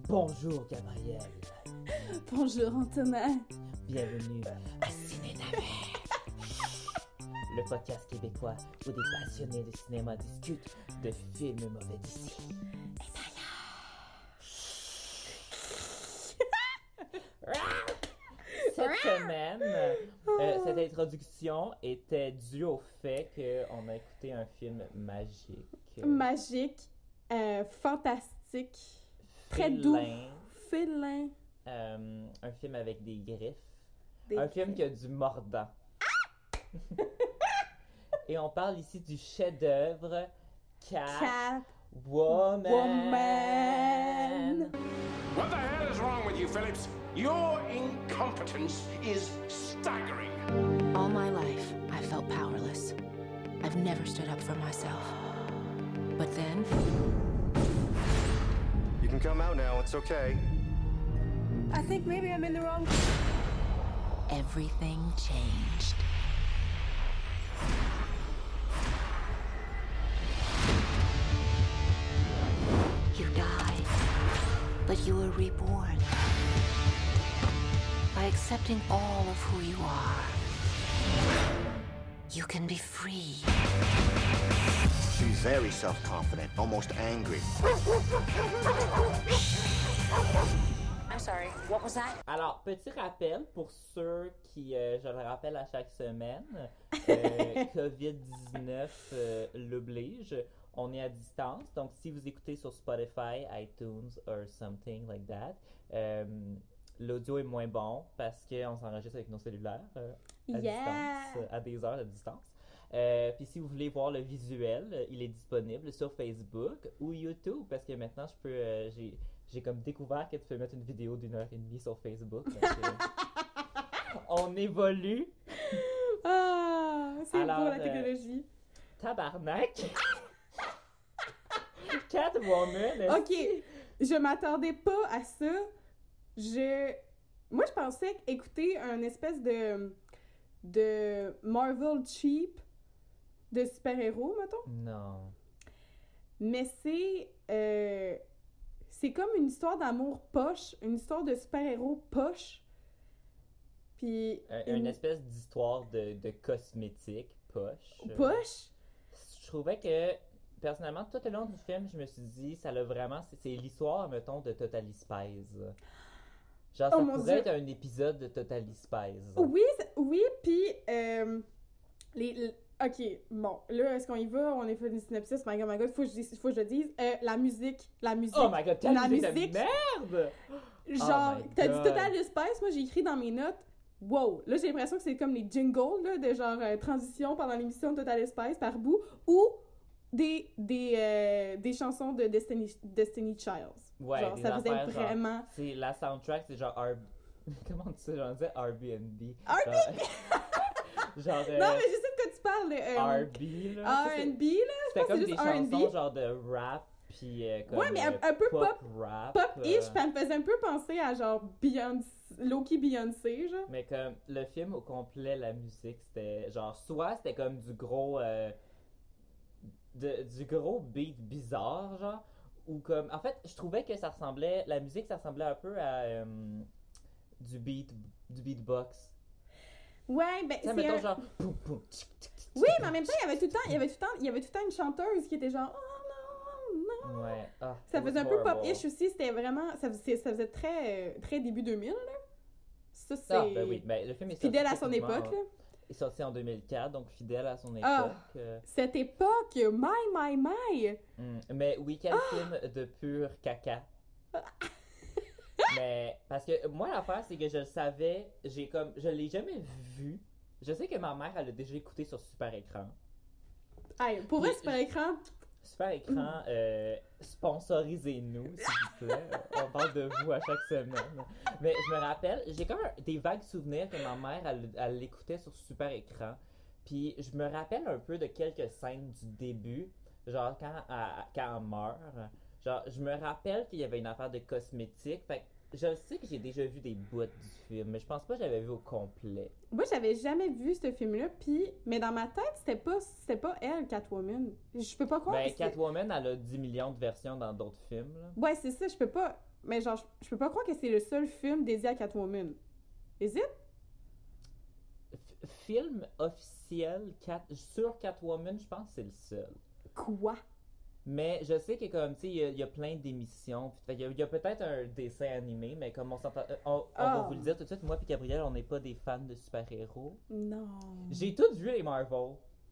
Bonjour Gabriel. Bonjour Antonin. Bienvenue à Ciné Navet, le podcast québécois où des passionnés de cinéma discutent de films mauvais d'ici et d'ailleurs. Cette semaine, cette introduction était due au fait qu'on a écouté un film magique. Magique, fantastique, très doux, félin. Un film avec des griffes. Des Un film qui a du mordant. Et on parle ici du chef-d'œuvre Catwoman. What the hell is wrong with you, Phillips? Your incompetence is staggering. All my life, I felt powerless. I've never stood up for myself. But then, You can come out now, it's okay. I think maybe I'm in the wrong... everything changed. You died, but you were reborn. By accepting all of who you are, you can be free. She's very self-confident, almost angry. I'm sorry, what was that? Alors, petit rappel pour ceux qui, je le rappelle à chaque semaine, COVID-19 l'oblige. On est à distance, donc si vous écoutez sur Spotify, iTunes or something like that, l'audio est moins bon parce qu'on s'enregistre avec nos cellulaires à distance, à des heures de distance. Puis si vous voulez voir le visuel, il est disponible sur Facebook ou YouTube parce que maintenant j'ai comme découvert que tu peux mettre une vidéo d'1h30 sur Facebook. Donc, on évolue. Ah, c'est Alors, beau la technologie. Tabarnak. Catwoman. Ok, je m'attendais pas à ça. Moi, je pensais écouter un espèce de Marvel cheap de super-héros, mettons. Non. Mais c'est comme une histoire d'amour poche, une histoire de super-héros poche. Puis... Une espèce d'histoire de cosmétique poche. Poche? Je trouvais que, personnellement, tout le long du film, je me suis dit, ça l'a vraiment... C'est l'histoire, mettons, de Totally Spies. Genre, Oh ça mon pourrait Dieu. être un épisode de Totally Spies. Oui, puis ok, bon, là, est-ce qu'on y va? On est fait une synopsis, my god, faut que je le dise. La musique. Oh my god, quelle la musique de merde! Genre, Oh my t'as dit God. Total Spice, moi j'ai écrit dans mes notes, wow, là j'ai l'impression que c'est comme les jingles, là, de genre transition pendant l'émission de Total Spice par bout, ou des chansons de Destiny Childs. Ouais, genre, des ça faisait affaires, genre, vraiment... c'est la soundtrack, c'est genre comment tu sais, j'en disais Airbnb. Airbnb! Genre, Non, mais je sais de quoi tu parles, R&B, là. R&B, là, je C'était pense que comme c'est des juste R&B. chansons genre de rap, puis comme Ouais, mais un peu pop rap. Pop-ish, ça me faisait un peu penser à genre Beyoncé, low-key Beyoncé, genre. Mais comme le film au complet, la musique, c'était genre, soit c'était comme du gros beat bizarre, genre, ou comme, en fait, je trouvais que ça ressemblait, la musique, ça ressemblait un peu à du beatbox. Ouais, ben, Tu sais, c'est mettons un... genre, poum, poum, tchic, tchic, tchic, Oui, mais en même temps, il y avait tout le temps une chanteuse qui était genre « Oh non, non! Ouais. Ah, Ça it faisait was un peu horrible. pop-ish aussi, c'était vraiment... Ça faisait très, très début 2000, là. Ça, c'est... Ah, ben oui, ben le film est sorti fidèle à son techniquement, époque, là. Il est sorti en 2004, donc fidèle à son époque. Ah. Cette époque, my! Mais oui, quel film de pur caca. Mais, parce que moi, l'affaire, c'est que je le savais, je l'ai jamais vu. Je sais que ma mère, elle l'a déjà écouté sur super écran. Hey, pour vrai, Puis, super écran, Super écran, sponsorisez-nous, s'il vous plaît. On parle de vous à chaque semaine. Mais je me rappelle, j'ai comme des vagues souvenirs que ma mère, elle l'écoutait sur super écran. Puis je me rappelle un peu de quelques scènes du début, genre quand elle meurt. Genre, je me rappelle qu'il y avait une affaire de cosmétique. Fait que Je sais que j'ai déjà vu des bouts du film, mais je pense pas que j'avais vu au complet. Moi, j'avais jamais vu ce film-là, mais dans ma tête, c'était pas elle, Catwoman. Je peux pas croire Ben, que c'est... Catwoman, elle a 10 millions de versions dans d'autres films, là. Ouais, c'est ça, je peux pas... Mais genre, je peux pas croire que c'est le seul film dédié à Catwoman. Is it? Film officiel sur Catwoman, je pense que c'est le seul. Quoi? Mais je sais que comme, tu sais, il y a plein d'émissions. Fait qu'il y a peut-être un dessin animé, mais comme on s'entend... on va vous le dire tout de suite, moi et Gabriel, on n'est pas des fans de super-héros. Non. J'ai tous vu les Marvel.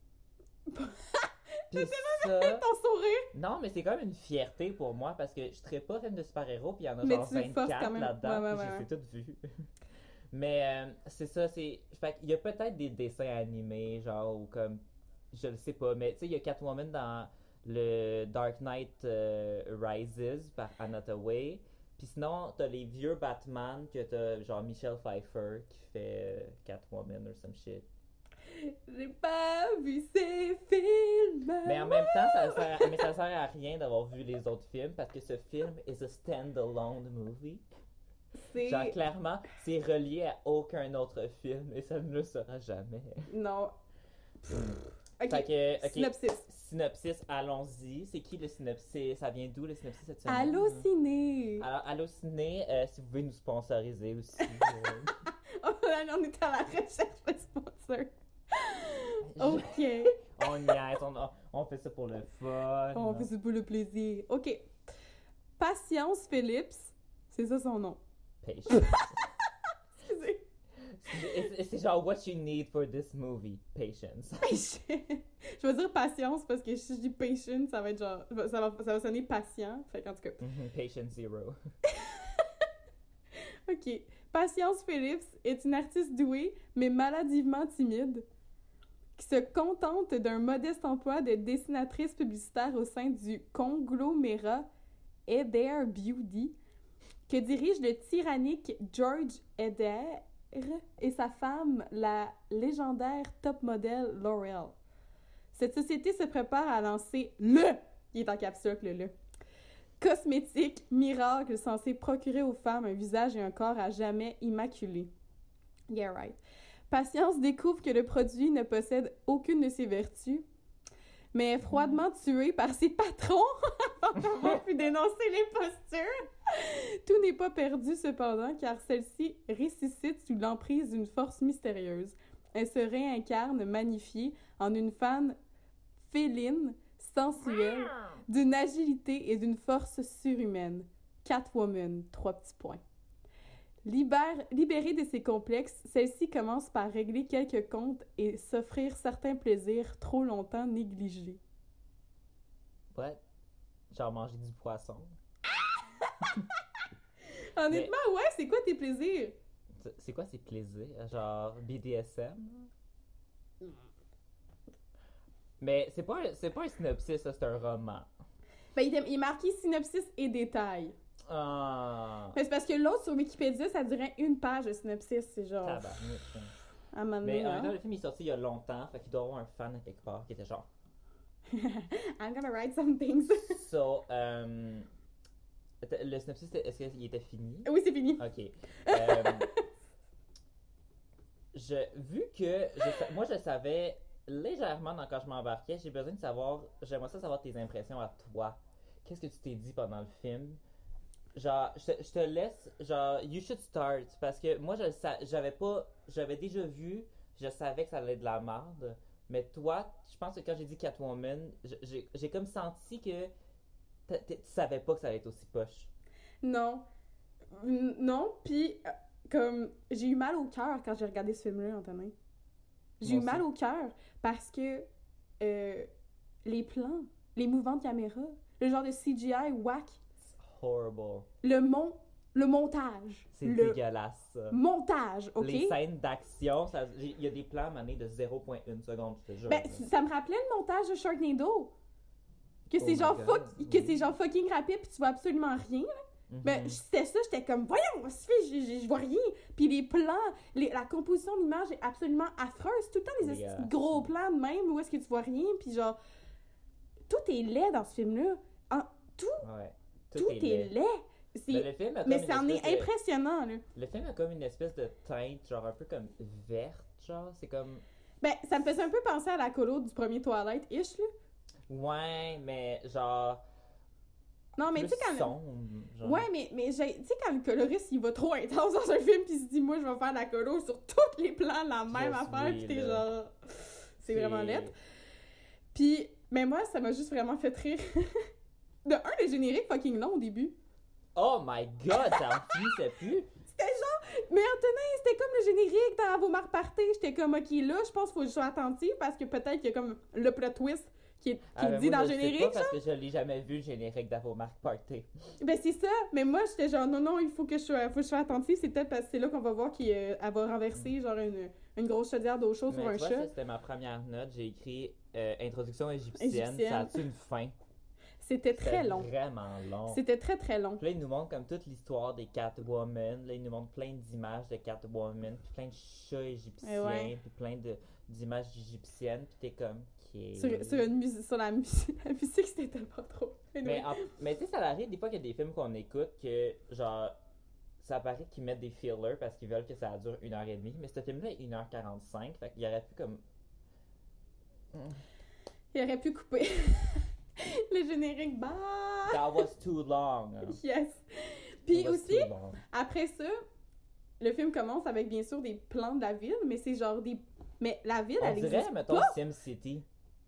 Puis ça... Ton sourire! Non, mais c'est quand même une fierté pour moi parce que je serais pas fan de super-héros, puis il y en a Mais genre tu le forces 24 quand même. là-dedans, Ouais, puis ouais, je les ai toutes vues. Mais c'est ça, c'est... Fait qu'il y a peut-être des dessins animés, genre, ou comme... Je le sais pas, mais tu sais, il y a Catwoman dans le Dark Knight Rises par Anna Hathaway. Puis sinon, t'as les vieux Batman que t'as genre Michelle Pfeiffer qui fait Catwoman or some shit. J'ai pas vu ces films! Mais en même temps, ça sert à rien d'avoir vu les autres films parce que ce film is a stand-alone movie. C'est... Genre, clairement, c'est relié à aucun autre film et ça ne le sera jamais. Non. Ok, Fait que, ok, synopsis. allons-y. C'est qui le synopsis? Ça vient d'où le synopsis cette semaine? Allociné! Alors, Allociné, si vous pouvez nous sponsoriser aussi. On est à la recherche de sponsors. Ok. On niaise, on fait ça pour le fun. On fait ça pour le plaisir. Ok. Patience Phillips, c'est ça son nom. Patience. Excusez. C'est genre what you need for this movie. Patience. Je vais dire patience parce que si je dis patient, ça va être genre. Ça va sonner patient. Fait qu'en tout cas. Patient zero. Ok. Patience Phillips est une artiste douée, mais maladivement timide, qui se contente d'un modeste emploi de dessinatrice publicitaire au sein du conglomérat Eder Beauty, que dirige le tyrannique George Eder et sa femme, la légendaire top modèle Laurel. Cette société se prépare à lancer qui est en capsule, le cosmétique miracle censé procurer aux femmes un visage et un corps à jamais immaculés. Yeah, right. Patience découvre que le produit ne possède aucune de ses vertus, mais est froidement tuée par ses patrons avant d'avoir pu dénoncer les postures. Tout n'est pas perdu cependant, car celle-ci ressuscite sous l'emprise d'une force mystérieuse. Elle se réincarne magnifiée en une femme féline, sensuelle, d'une agilité et d'une force surhumaine. Catwoman, 3 petits points. Libérée de ses complexes, celle-ci commence par régler quelques comptes et s'offrir certains plaisirs trop longtemps négligés. What? Genre manger du poisson. Honnêtement, ouais, c'est quoi tes plaisirs? C'est quoi ces plaisirs? Genre BDSM? Mais c'est pas un synopsis, ça, c'est un roman. Ben, il est marqué synopsis et détails. Ah. Ben, c'est parce que l'autre sur Wikipédia, ça dirait une page de synopsis, c'est genre... Tabarnak. À un moment Mais donné, en même temps, le film est sorti il y a longtemps, fait qu'il doit y avoir un fan à quelque part qui était genre... I'm gonna write some things. So, le synopsis, est-ce qu'il était fini? Oui, c'est fini. Ok. Vu que moi je savais légèrement dans quand je m'embarquais, j'aimerais ça savoir tes impressions à toi. Qu'est-ce que tu t'es dit pendant le film? Genre, je te laisse, genre, you should start, parce que moi j'avais déjà vu, je savais que ça allait être de la merde, mais toi, je pense que quand j'ai dit Catwoman, j'ai comme senti que tu savais pas que ça allait être aussi poche. Non. Non, puis comme j'ai eu mal au cœur quand j'ai regardé ce film-là, Antonin. J'ai eu mal au cœur parce que les plans, les mouvements de caméra, le genre de CGI whack. Horrible. Le montage. C'est dégueulasse, ça. Montage, OK? Les scènes d'action, il y a des plans manés de 0.1 seconde, je te jure. Ben, ça me rappelait le montage de Sharknado. Que c'est Oh genre my God, c'est genre fucking rapide puis tu vois absolument rien, là. Ben, c'était ça, j'étais comme, voyons, je vois rien. Puis les plans, la composition d'image est absolument affreuse. Tout le temps, des petits gros plans de même où est-ce que tu vois rien. Puis genre, tout est laid dans ce film-là. Tout est laid. Mais le film a comme Mais une ça en est espèce de- impressionnant, là. Le film a comme une espèce de teinte, genre un peu comme verte, genre. C'est comme. Ben, ça me faisait un peu penser à la colo du premier Twilight-ish, là. Ouais, mais genre. Non, mais plus tu sais, quand... sombre, genre. Ouais, mais tu sais, quand le coloriste, il va trop intense dans un film, pis il se dit, moi, je vais faire la colo sur tous les plans, la même Yes, affaire, oui, pis t'es là. genre... C'est vraiment laid. Puis, mais moi, ça m'a juste vraiment fait rire. De un, le générique fucking long au début. Oh my god, ça en finissait plus! C'était genre... Mais Antonin, c'était comme le générique dans Vos marques party. J'étais comme, OK, là, je pense qu'il faut que je sois attentive, parce que peut-être qu'il y a comme le plot twist qui est Ben, dit moi, dans le je sais générique, pas parce que je l'ai jamais vu, le générique d'Avomark Party. Ben c'est ça, mais moi j'étais genre non, il faut que je sois attentive, c'est peut-être parce que c'est là qu'on va voir qu'elle va renverser genre une grosse chaudière d'eau chaude sur Mais un tu vois, chat. ça, c'était ma première note. J'ai écrit Introduction égyptienne. Égyptienne. Ça a-tu une fin? C'était très C'était long. Vraiment long. C'était très très long. Puis là, il nous montre comme toute l'histoire des Catwoman. Là, il nous montre plein d'images de Catwoman, puis plein de chats égyptiens, Eh ouais. puis plein d'images égyptiennes. Puis t'es comme, OK. Sur la musique, la musique c'était tellement trop. Mais tu sais, ça arrive des fois qu'il y a des films qu'on écoute que, genre, ça paraît qu'ils mettent des fillers parce qu'ils veulent que ça dure 1h30. Mais ce film-là est 1h45. Fait qu'il aurait pu comme. Il aurait pu couper le générique. Bah! That was too long. Yes. It Puis was aussi, too long. après ça, le film commence avec bien sûr des plans de la ville, mais c'est genre des. Mais la ville, On elle dirait, existe mettons, pas. SimCity.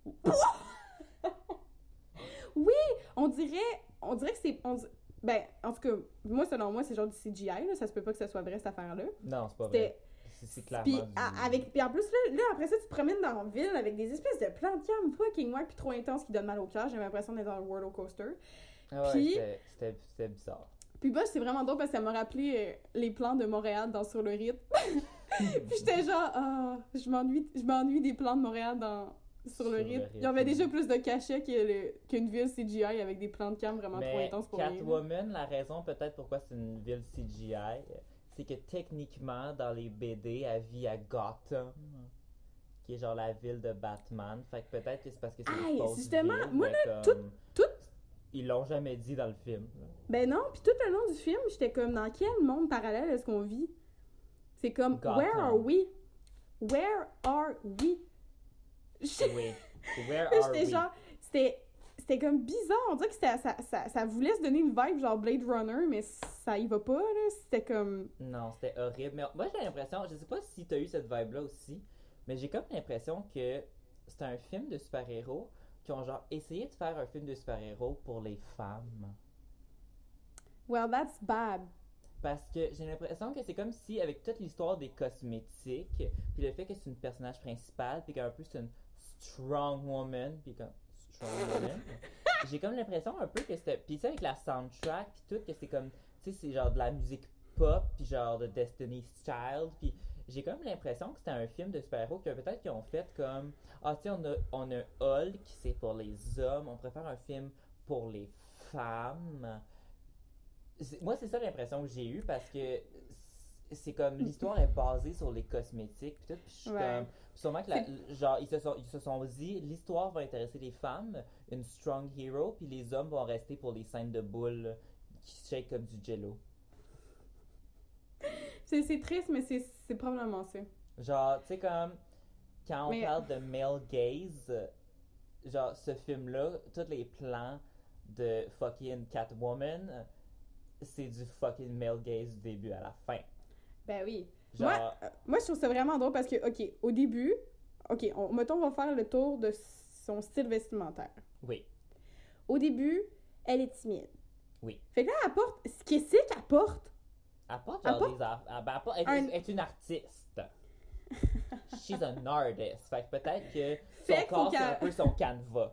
On dirait que c'est. Ben, en tout cas, moi, selon moi, c'est genre du CGI, là. Ça se peut pas que ce soit vrai, cette affaire-là. Non, c'est pas C'était. vrai. C'est clairement Puis, du... puis en plus, là, après ça, tu te promènes dans la ville avec des espèces de plans de cam fucking wack puis trop intenses qui donnent mal au cœur. J'ai l'impression d'être dans un roller coaster. Ah ouais, puis- c'était bizarre. Puis bah, c'est vraiment drôle parce que ça m'a rappelé les plans de Montréal dans Sur le rythme. Puis j'étais genre, je m'ennuie des plans de Montréal sur le rythme. Il y avait déjà plus de cachets qu'une ville CGI avec des plans de cam vraiment trop Mais intenses pour rien. Catwoman, la raison peut-être pourquoi c'est une ville CGI, c'est que techniquement, dans les BD, elle vit à Gotham, qui est genre la ville de Batman. Fait que peut-être que c'est parce que c'est Aïe, une fausse justement, ville, moi, mais là, comme, tout- Ils l'ont jamais dit dans le film. là. Ben non, puis tout le long du film, j'étais comme, dans quel monde parallèle est-ce qu'on vit? C'est comme, Gotham. where are we? Where are we? Oui. Where Là, are j'étais we? genre, c'était comme bizarre, on dirait que ça voulait se donner une vibe genre Blade Runner, mais ça y va pas, là, c'était comme... Non, c'était horrible. Mais moi, j'ai l'impression, je sais pas si t'as eu cette vibe-là aussi, mais j'ai comme l'impression que c'est un film de super-héros qui ont genre essayé de faire un film de super-héros pour les femmes. Well, that's bad. Parce que j'ai l'impression que c'est comme si, avec toute l'histoire des cosmétiques, puis le fait que c'est une personnage principale, puis qu'un peu c'est une strong woman, puis comme strong woman, j'ai comme l'impression un peu que c'était. Puis ça, avec la soundtrack, puis tout, que c'est comme. Tu sais, c'est genre de la musique pop, puis genre de Destiny's Child, puis j'ai comme l'impression que c'était un film de super-héros que peut-être qu'ils ont fait comme. Ah, tu sais, on a Hulk, c'est pour les hommes, on préfère un film pour les femmes. Moi, c'est ça l'impression que j'ai eue parce que c'est comme l'histoire est basée sur les cosmétiques pis tout, pis je suis Ouais. comme sûrement que genre ils se sont dit l'histoire va intéresser les femmes, une strong hero, puis les hommes vont rester pour les scènes de boules qui shake comme du jello. C'est triste, mais c'est probablement ça. Genre, tu sais comme quand on Mais- parle de male gaze, genre ce film-là, tous les plans de fucking Catwoman, c'est du fucking male gaze du début à la fin. Ben oui. Genre, Moi, je trouve ça vraiment drôle parce que, OK, au début, mettons, on va faire le tour de son style vestimentaire. oui, Au début, elle est timide. oui. Fait que là, elle porte... Qu'est-ce qu'elle porte? Elle porte Elle genre porte- des elle Un- est une artiste. She's an artist. Fait que peut-être que Fait son qu'il faut corps, c'est qu'elle- un peu son canevas.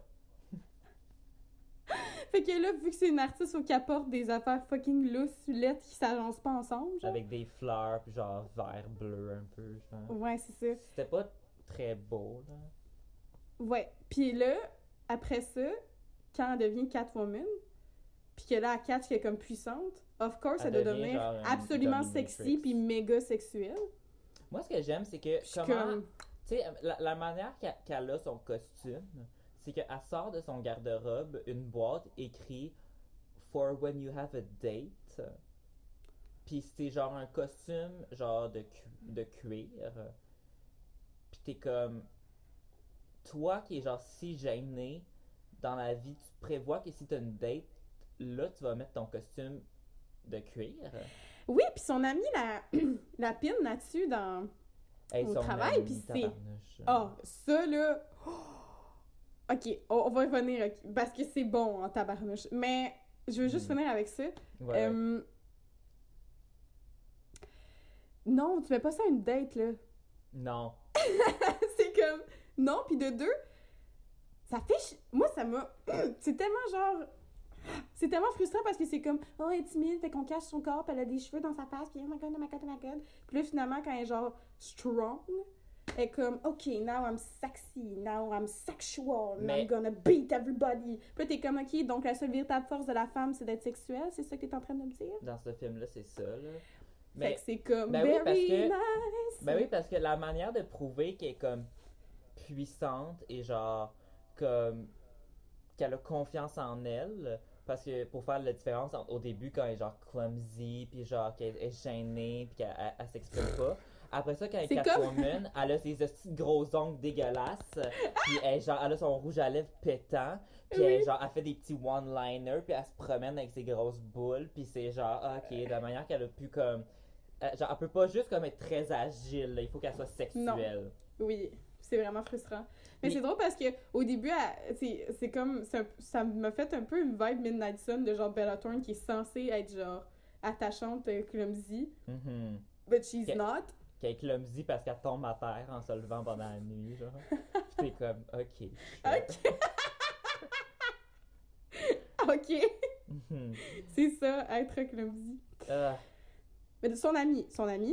Fait que là, vu que c'est une artiste, faut qu'elle porte des affaires fucking lousses, lettres qui s'agencent pas ensemble, genre. Avec des fleurs, puis genre vert, bleu un peu. Genre. Ouais, c'est ça. C'était pas très beau, là. Ouais. Puis là, après ça, quand elle devient Catwoman, puis que là, elle catch qu'elle est comme puissante, of course, Elle elle doit devient devenir genre une absolument dominatrix. sexy puis méga sexuelle. Moi, ce que j'aime, c'est que Puis je suis comment... comme... Tu sais, la manière qu'elle a son costume, c'est qu'elle sort de son garde-robe une boîte écrit « For when you have a date ». Puis c'est genre un costume, genre de cuir. Puis t'es comme... Toi qui es genre si gêné dans la vie, tu prévois que si t'as une date, là, tu vas mettre ton costume de cuir. Oui, puis son ami la pine là-dessus au Son travail, ami, puis c'est... tabarnouche. Ah, ça, là... OK, on va y revenir, ok, parce que c'est bon en tabarnouche. Mais je veux juste finir avec ça. Ouais. Non, tu mets pas ça à une date, là. Non. C'est comme... Non, puis de deux, ça fait... Moi, ça m'a... C'est tellement genre... C'est tellement frustrant parce que c'est comme... Oh, elle est timide, fait qu'on cache son corps, puis elle a des cheveux dans sa face, puis oh my god, oh my god, oh my god. Puis là, finalement, quand elle est genre strong, elle est comme... OK, now I'm sexy, now I'm sexual, now I'm gonna beat everybody. Puis là, t'es comme... OK, donc la seule véritable force de la femme, c'est d'être sexuelle, c'est ça que t'es en train de me dire? Dans ce film-là, c'est ça, là. Fait que c'est comme... Ben oui, very parce que... nice! Ben oui, parce que la manière de prouver qu'elle est comme puissante et genre comme qu'elle a confiance en elle, parce que pour faire la différence au début quand elle est genre clumsy puis genre qu'elle est gênée puis qu'elle elle s'exprime pas, après ça quand elle est Catwoman, elle a ses petits gros ongles dégueulasses puis elle a son rouge à lèvres pétant puis elle fait des petits one-liners puis elle se promène avec ses grosses boules puis c'est genre ok, de la manière qu'elle a pu comme genre elle peut pas juste comme être très agile là, il faut qu'elle soit sexuelle. Non. Oui, c'est vraiment frustrant. Mais c'est drôle parce que au début, c'est comme... Ça m'a fait un peu une vibe Midnight Sun de genre Bella Thorne qui est censée être genre attachante, clumsy. Mm-hmm. But she's not. Qui est clumsy parce qu'elle tombe à terre en se levant pendant la nuit, genre. Pis t'es comme, ok. Ok. Ok. Mm-hmm. C'est ça, être clumsy. Mais de son ami.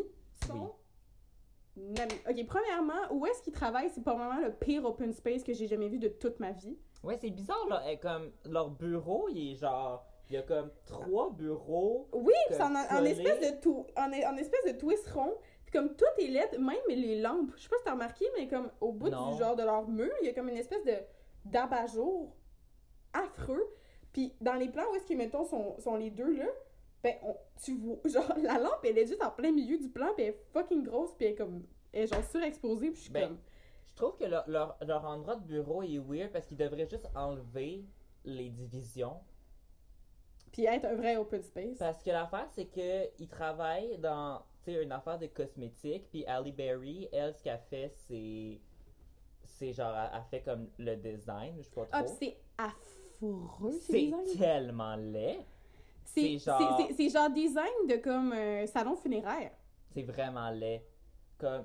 Ok, premièrement, où est-ce qu'il travaille? C'est probablement le pire open space que j'ai jamais vu de toute ma vie. Ouais, c'est bizarre, là. Comme, leur bureau, il est genre... Il y a comme 3 bureaux. Oui, pis c'est en espèce de twist rond. Puis comme tout est laid, même les lampes. Je sais pas si t'as remarqué, mais comme au bout du genre de leur mur, il y a comme une espèce d'abat-jour affreux. Puis dans les plans où est-ce qu'ils, mettons, sont les deux, là, ben, tu vois, genre, la lampe, elle est juste en plein milieu du plan, puis elle est fucking grosse, puis elle est genre surexposée, puis je suis comme... Je trouve que leur endroit de bureau est weird, parce qu'ils devraient juste enlever les divisions. Puis être un vrai open space. Parce que l'affaire, c'est qu'ils travaillent dans, tu sais, une affaire de cosmétiques, puis Halle Berry, elle, ce qu'elle fait, c'est genre, elle fait comme le design, je sais pas trop. Ah, puis c'est affreux, c'est tellement laid. C'est genre design de comme salon funéraire. C'est vraiment laid. Comme...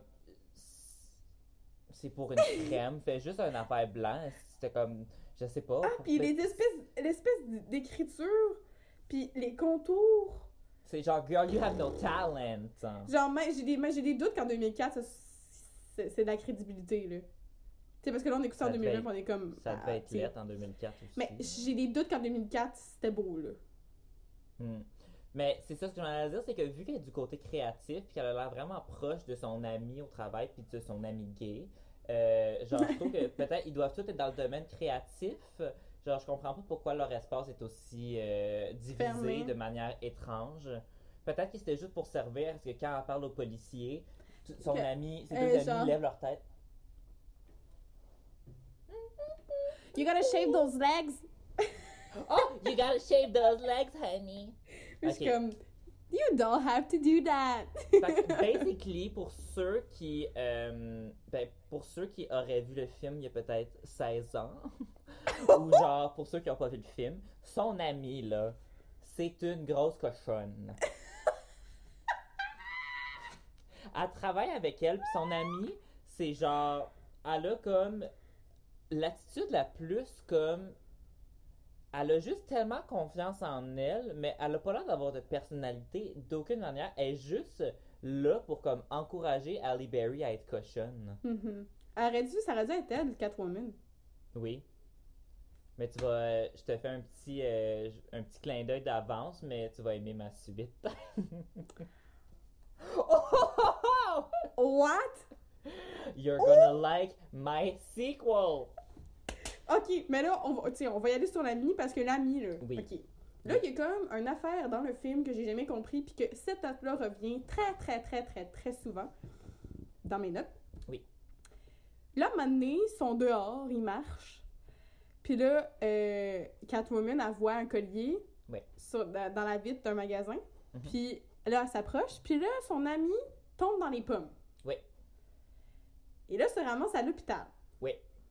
C'est pour une crème. Fais juste une affaire blanche. C'était comme... Je sais pas. Ah, puis l'espèce d'écriture, puis les contours. C'est genre, girl, you have no talent. Genre, j'ai des doutes qu'en 2004, c'est de la crédibilité, là. Tu sais, parce que là, on écoute ça en 2009, on est comme... Ça devait être laid en 2004 aussi. Mais j'ai des doutes qu'en 2004, c'était beau, là. Mais c'est ça ce que j'en ai à dire, c'est que vu qu'elle est du côté créatif puis qu'elle a l'air vraiment proche de son ami au travail puis de son ami gay, genre je trouve que peut-être ils doivent tous être dans le domaine créatif. Genre je comprends pas pourquoi leur espace est aussi divisé fermé de manière étrange. Peut-être que c'était juste pour servir parce que quand elle parle aux policiers, son ami, ses deux amis lèvent leur tête. You gotta shave those legs. Oh, you gotta shave those legs, honey. Je suis comme, you don't have to do that. Fait que, basically, pour ceux qui auraient vu le film il y a peut-être 16 ans, ou genre pour ceux qui n'ont pas vu le film, son amie, là, c'est une grosse cochonne. Elle travaille avec elle, puis son amie, c'est genre, elle a comme l'attitude la plus comme... Elle a juste tellement confiance en elle, mais elle a pas l'air d'avoir de personnalité d'aucune manière. Elle est juste là pour comme encourager Halle Berry à être cochonne. Mm-hmm. Ça aurait dû être elle, Catwoman. Oui. Mais tu vas... je te fais un petit clin d'œil d'avance, mais tu vas aimer ma suite. What? You're gonna like my sequel. OK, mais là, on va y aller sur l'ami parce que l'ami, là... Oui. OK. Là, il y a comme une affaire dans le film que j'ai jamais compris, puis que cette note-là revient très, très, très, très, très souvent dans mes notes. Oui. Là, à un moment donné, ils sont dehors, ils marchent. Puis là, Catwoman, elle voit un collier Oui. dans la vitre d'un magasin. Mhm. Puis là, elle s'approche. Puis là, son ami tombe dans les pommes. Oui. Et là, se ramasse à l'hôpital. Oui.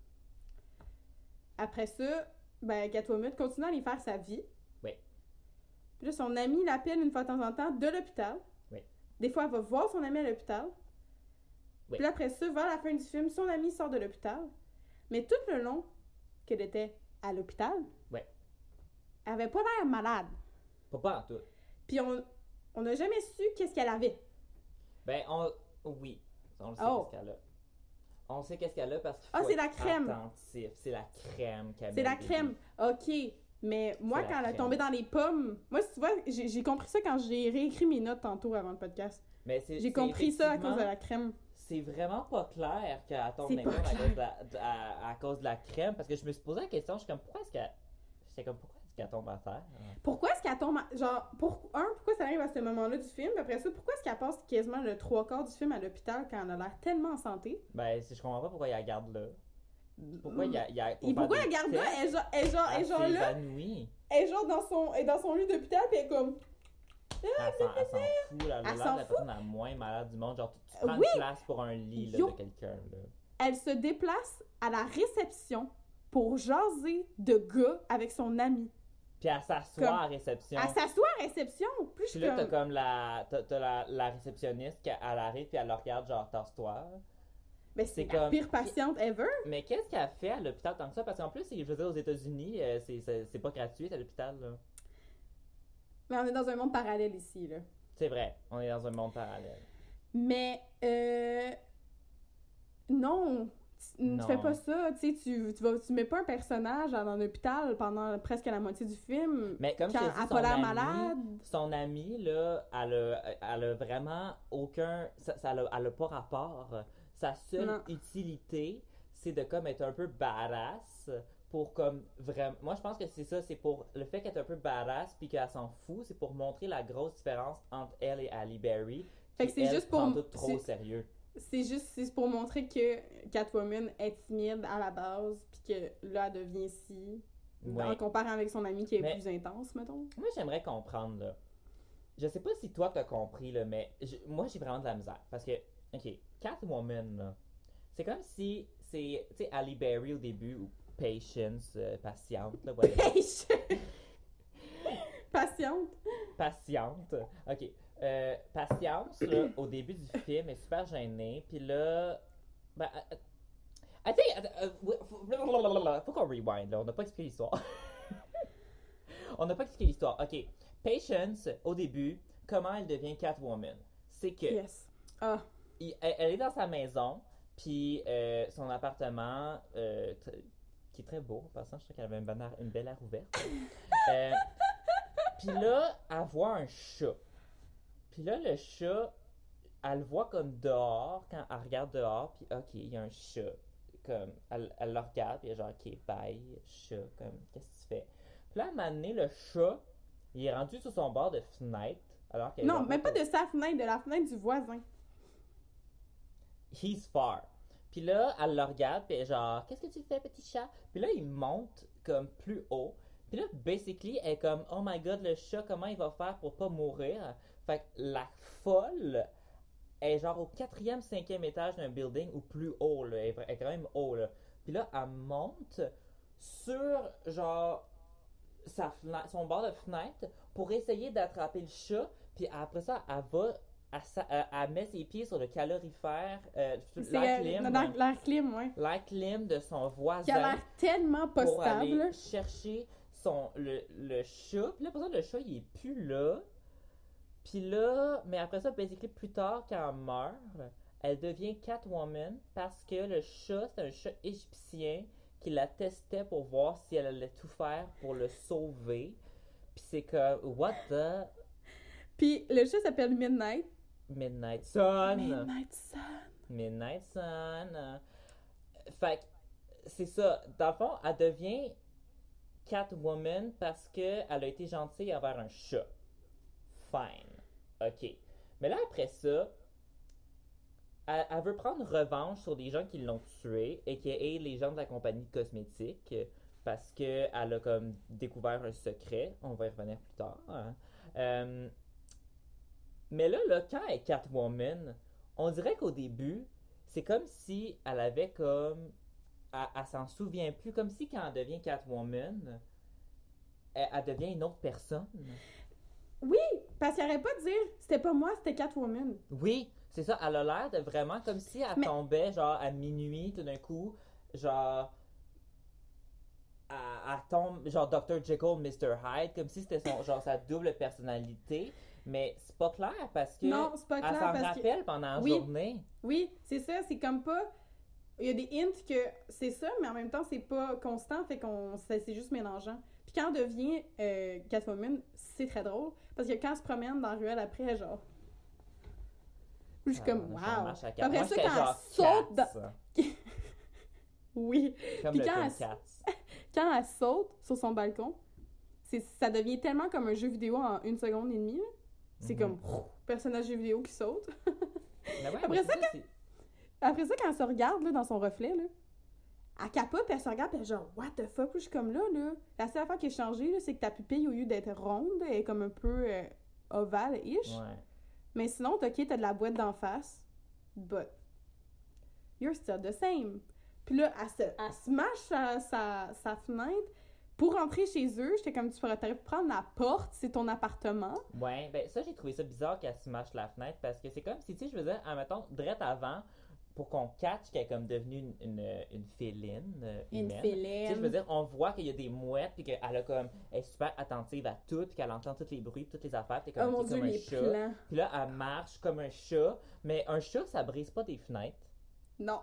Après ça, ben, Catwoman continue à aller faire sa vie. Oui. Puis là, son ami l'appelle une fois de temps en temps de l'hôpital. Oui. Des fois, elle va voir son ami à l'hôpital. Oui. Puis là, après ça, vers la fin du film, son ami sort de l'hôpital. Mais tout le long qu'elle était à l'hôpital, Oui. elle avait pas l'air malade. Pas en tout. Puis on n'a jamais su qu'est-ce qu'elle avait. Ben, oui. On le sait Oh. qu'est-ce qu'elle a. On sait qu'est-ce qu'elle a parce qu'il Ah, faut c'est être la crème. attentif. C'est la crème qu'elle C'est met la au début. crème. OK. Mais moi, C'est la quand elle est crème. tombée dans les pommes... Moi, tu vois, j'ai compris ça quand j'ai réécrit mes notes tantôt avant le podcast. Mais J'ai compris ça à cause de la crème. C'est vraiment pas clair qu'elle tombe C'est dans les pas pommes clair. à cause de la crème. Parce que je me suis posé la question, je suis comme, pourquoi est-ce qu'elle tombe à terre? Pourquoi est-ce qu'elle tombe... Genre, pourquoi ça arrive à ce moment-là du film? Puis après ça, pourquoi est-ce qu'elle passe quasiment le 3/4 du film à l'hôpital quand elle a l'air tellement en santé? Ben, je comprends pas pourquoi il la garde là. Pourquoi il y a Et pourquoi elle garde là? Elle est genre là, évanouie. elle est genre dans son lit d'hôpital, puis elle est comme... Elle s'en fout, là. Elle a Elle l'air s'en de la personne la moins malade du monde. Genre, tu prends Oui. une place pour un lit là, Yo. de quelqu'un, là. Elle se déplace à la réception pour jaser de gars avec son ami. Puis elle s'assoit Comme- à réception. Elle s'assoit à réception. Plus je Puis suis là, t'as comme... comme la réceptionniste qui elle arrive puis elle le regarde genre tasse-toi. Mais c'est c'est la comme- pire patiente ever. Mais qu'est-ce qu'elle fait à l'hôpital tant que ça? Parce qu'en plus, je veux dire, aux États-Unis, c'est pas gratuit à l'hôpital, là. Mais on est dans un monde parallèle ici, là. C'est vrai, on est dans un monde parallèle. Mais, non, tu Non. fais pas ça. Tu sais, tu mets pas un personnage dans un hôpital pendant presque la moitié du film. Mais comme Quand je te elle a dis, pas l'air malade. son ami, là, elle a vraiment aucun... elle a pas rapport. Sa seule Non. utilité, c'est de comme être un peu badass pour comme vraiment... Moi, je pense que c'est ça, c'est pour... Le fait qu'elle est un peu badass puis qu'elle s'en fout, c'est pour montrer la grosse différence entre elle et Halle Berry. Fait que qui, c'est elle, juste pour- prend tout trop au c'est- sérieux. C'est pour montrer que Catwoman est timide à la base, puis que là, elle devient si. Ouais. En comparant avec son ami qui est Mais- plus intense, mettons. Moi, j'aimerais comprendre, là. Je sais pas si toi, t'as compris, là, mais moi, j'ai vraiment de la misère. Parce que, OK, Catwoman, là, c'est comme si c'est, tu sais, Halle Berry au début, ou Patience, patiente, là, whatever. Patiente. Patiente. OK. Patience, là, au début du film, est super gênée. Puis là... Ben, I think... faut qu'on rewind, là. On n'a pas expliqué l'histoire. On n'a pas expliqué l'histoire. OK. Patience, au début, comment elle devient Catwoman? C'est que... Yes. Ah. Elle est dans sa maison, puis son appartement, qui est très beau, en passant, je trouve qu'elle avait une belle aire ouverte. Puis là, elle voit un chat. Puis là, le chat, elle le voit comme dehors, quand elle regarde dehors, puis OK, il y a un chat. Comme, elle le regarde, puis elle est genre, OK, bye, chat, comme, qu'est-ce que tu fais? Puis là, à un moment donné, le chat, il est rendu sur son bord de fenêtre, alors qu'elle est Non, genre même pas de sa fenêtre, de la fenêtre du voisin. He's far. Puis là, elle le regarde, puis elle est genre, qu'est-ce que tu fais, petit chat? Puis là, il monte comme plus haut. Puis là, basically, elle est comme, oh my god, le chat, comment il va faire pour pas mourir? Fait que la folle est genre au 4e, 5e étage d'un building ou plus haut, là. Elle est quand même haut, là. Puis là, elle monte sur, genre, son bord de fenêtre pour essayer d'attraper le chat. Puis après ça, elle va... Elle met ses pieds sur le calorifère, l'air clim, l'air clim, ouais. l'air clim de son voisin Qui a l'air tellement pas pour aller stable. chercher le chat. Puis là, pour ça, le chat, il est plus là. Puis là, mais après ça, basically, plus tard, quand elle meurt, elle devient Catwoman parce que le chat, c'est un chat égyptien qui la testait pour voir si elle allait tout faire pour le sauver. Puis c'est comme, what the... Puis le chat s'appelle Midnight. Midnight Sun. Midnight Sun. Midnight Sun. Fait que c'est ça. Dans le fond, elle devient Catwoman parce qu'elle a été gentille envers un chat. Fine. OK. Mais là, après ça, elle veut prendre revanche sur des gens qui l'ont tué et qui est les gens de la compagnie de cosmétiques parce qu'elle a comme découvert un secret. On va y revenir plus tard. Hein. Mais là, quand elle est Catwoman, on dirait qu'au début, c'est comme si elle avait comme... Elle s'en souvient plus. Comme si quand elle devient Catwoman, elle devient une autre personne. Oui, parce qu'il arrête pas de dire « C'était pas moi, c'était Catwoman ». Oui, c'est ça. Elle a l'air de vraiment comme si elle tombait genre à minuit tout d'un coup. Genre... Elle tombe genre Dr. Jekyll, Mr. Hyde, comme si c'était genre sa double personnalité. Mais c'est pas clair parce que non, c'est pas clair elle s'en parce rappelle pendant la journée. Oui, c'est ça, c'est comme pas... Il y a des hints que c'est ça, mais en même temps, c'est pas constant, fait qu'on c'est juste mélangeant. Puis quand elle devient Catwoman, c'est très drôle, parce que quand elle se promène dans la ruelle après, genre... Je suis comme, wow! Après ça, quand elle saute dans... Oui. Comme puis le quand film Cats. Quand elle saute sur son balcon, ça devient tellement comme un jeu vidéo en 1 seconde et demie, là. C'est comme, personnage jeu vidéo qui saute. Mais ouais, Après ça, quand elle se regarde là, dans son reflet, là, elle capote, puis elle se regarde, puis elle est genre, what the fuck, je suis comme là. La seule affaire qui a changé, là, c'est que ta pupille, au lieu d'être ronde, elle est comme un peu ovale-ish. Ouais. Mais sinon, t'as de la boîte d'en face, but you're still the same. Puis là, elle smash sa fenêtre. Pour rentrer chez eux, j'étais comme, t'aurais pu prendre la porte, c'est ton appartement. Ouais, ben ça, j'ai trouvé ça bizarre qu'elle smash la fenêtre parce que c'est comme si, tu sais, je veux dire, admettons, direct avant, pour qu'on catch qu'elle est comme devenue une féline humaine. Une féline. Tu sais, je veux dire, on voit qu'il y a des mouettes, puis qu'elle a comme, elle est super attentive à tout, puis qu'elle entend tous les bruits, toutes les affaires, puis Oh mon comme Dieu, un les chat. plans. Puis là, elle marche comme un chat, mais un chat, ça brise pas des fenêtres. Non.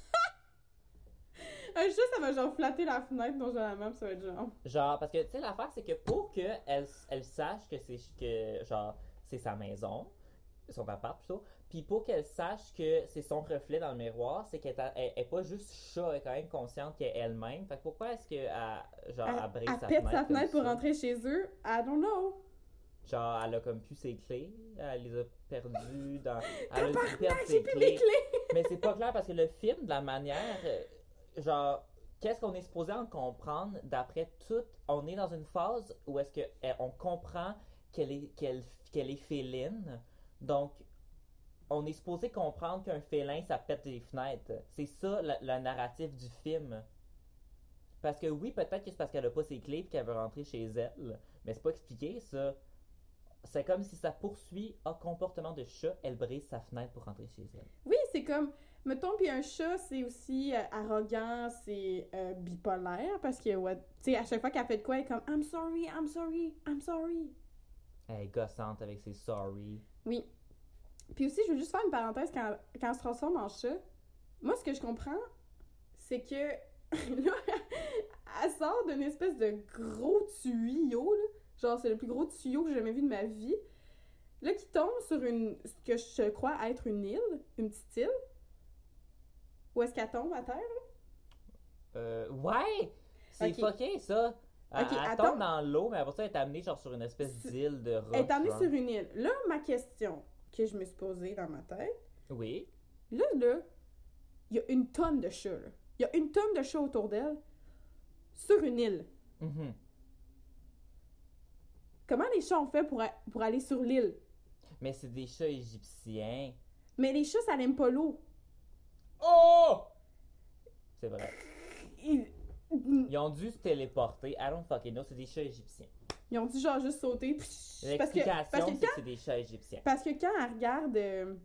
Un chat, ça va genre flatter la fenêtre, donc généralement, ça va être genre... Genre, parce que, tu sais, l'affaire, c'est que pour qu'elle sache que c'est sa maison, son appart plutôt, puis pour qu'elle sache que c'est son reflet dans le miroir, c'est qu'elle est pas juste chat, elle est quand même consciente qu'elle est elle-même. Fait que pourquoi est-ce qu'elle brise sa fenêtre? Elle pète sa fenêtre pour rentrer chez eux, I don't know. Genre, elle a comme plus ses clés, elle les a perdues dans... J'ai plus mes clés! Mais c'est pas clair parce que le film, de la manière... genre, qu'est-ce qu'on est supposé en comprendre d'après tout? On est dans une phase où est-ce que on comprend qu'elle est féline. Donc, on est supposé comprendre qu'un félin, ça pète les fenêtres. C'est ça, le narratif du film. Parce que oui, peut-être que c'est parce qu'elle a pas ses clés et qu'elle veut rentrer chez elle. Mais c'est pas expliqué, ça. C'est comme si ça poursuit un comportement de chat, elle brise sa fenêtre pour rentrer chez elle. Oui, c'est comme... Mettons, puis un chat, c'est aussi arrogant, c'est bipolaire, parce que, tu sais, à chaque fois qu'elle fait de quoi, elle est comme « I'm sorry, I'm sorry, I'm sorry ». Elle est gossante avec ses « sorry ». Oui. Puis aussi, je veux juste faire une parenthèse, quand elle se transforme en chat, moi, ce que je comprends, c'est que, là, elle sort d'une espèce de gros tuyau, là. Genre, c'est le plus gros tuyau que j'ai jamais vu de ma vie. Là, qui tombe sur ce que je crois être une île, une petite île. Où est-ce qu'elle tombe à terre, là? Ouais! C'est fucké, ça! Elle tombe dans l'eau, mais après ça, elle est amenée genre sur une espèce d'île de roche. Elle est amenée sur une île. Là, ma question que je me suis posée dans ma tête... Oui? Là, il y a une tonne de chats, là. Il y a une tonne de chats autour d'elle, sur une île. Mm-hmm. Comment les chats ont fait pour aller sur l'île? Mais c'est des chats égyptiens. Mais les chats, ça n'aime pas l'eau. Oh! C'est vrai. Ils ont dû se téléporter. I don't fucking know, c'est des chats égyptiens. Ils ont dû genre juste sauter. L'explication, c'est que c'est des chats égyptiens. Parce que quand elle regarde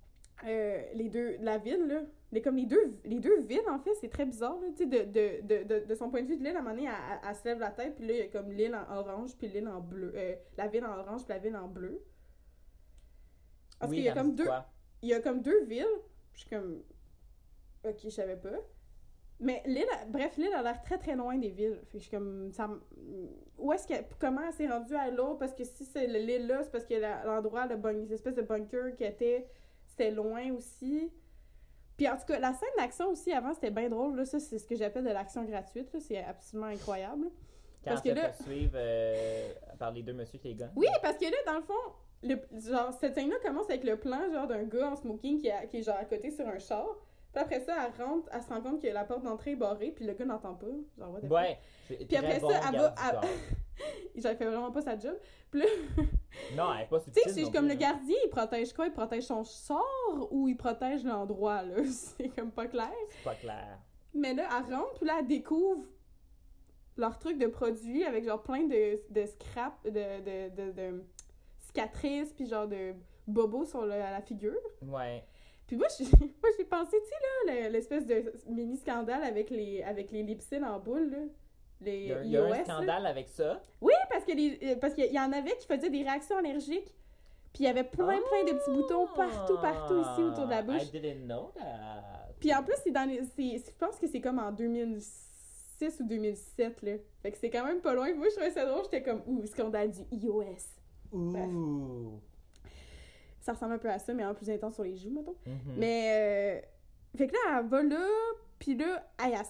la ville, là, les deux villes, en fait, c'est très bizarre, là, tu sais, de son point de vue de l'île, à un moment donné, elle se lève la tête, puis là, il y a comme l'île en orange, puis l'île en bleu. La ville en orange, puis la ville en bleu. Parce qu'il y a comme deux... Il y a comme deux villes. Je suis comme... Ok, je savais pas. Mais l'île a l'air très très loin des villes. Fait que je suis comme... Où est-ce qu'elle... Comment elle s'est rendue à l'autre? Parce que si c'est l'île là, c'est parce que l'endroit, l'espèce de bunker qui c'était loin aussi. Puis en tout cas, la scène d'action aussi, avant, c'était bien drôle. Là, ça, c'est ce que j'appelle de l'action gratuite. Là. C'est absolument incroyable. Quand Parce elle que se là- poursuivent par les deux monsieur qui les gagnent. Oui, parce que là, dans le fond, genre, cette scène-là commence avec le plan, genre, d'un gars en smoking qui est genre à côté sur un char. Puis après ça, elle rentre, elle se rend compte que la porte d'entrée est barrée, puis le gars n'entend pas. Genre, what the fuck. Ouais. Puis après ça, elle va. J'avais fait vraiment pas sa job. Puis là, Non, elle est pas tu subtile. sais, c'est non comme plus, le là. gardien, il protège quoi? Il protège son sort ou il protège l'endroit, là? C'est comme pas clair. C'est pas clair. Mais là, elle rentre, puis là, elle découvre leur truc de produits avec genre plein de scraps, de cicatrices, puis genre de bobos sur la figure. Ouais. Puis moi, j'ai pensé, tu sais, là, l'espèce de mini-scandale avec les lipsils en boule, là. Les Il y a iOS, un là. scandale avec ça. Oui, parce qu'il y en avait qui faisaient des réactions allergiques. Puis il y avait plein de petits boutons partout ici autour de la bouche. I didn't know that. Puis en plus, je pense que c'est comme en 2006 ou 2007, là. Fait que c'est quand même pas loin. Moi, je trouvais ça drôle. J'étais comme, scandale du iOS. Ouh. Ça ressemble un peu à ça, mais en plus intense sur les joues, mettons. Mhm. Mais, fait que là, elle va là, puis là, elle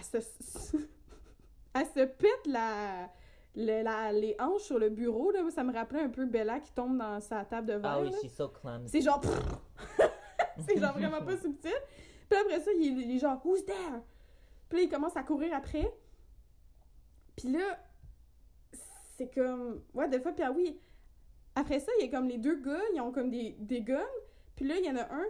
se pète les hanches sur le bureau, là. Ça me rappelait un peu Bella qui tombe dans sa table de verre, Ah oui, là. she's so clumsy. C'est genre... c'est genre vraiment pas subtil. Puis après ça, il est genre « Who's there? » Puis là, il commence à courir après. Puis là, c'est comme... What the fuck? Puis ah oui, après ça, il y a comme les deux gars, ils ont comme des guns. Puis là, il y en a un...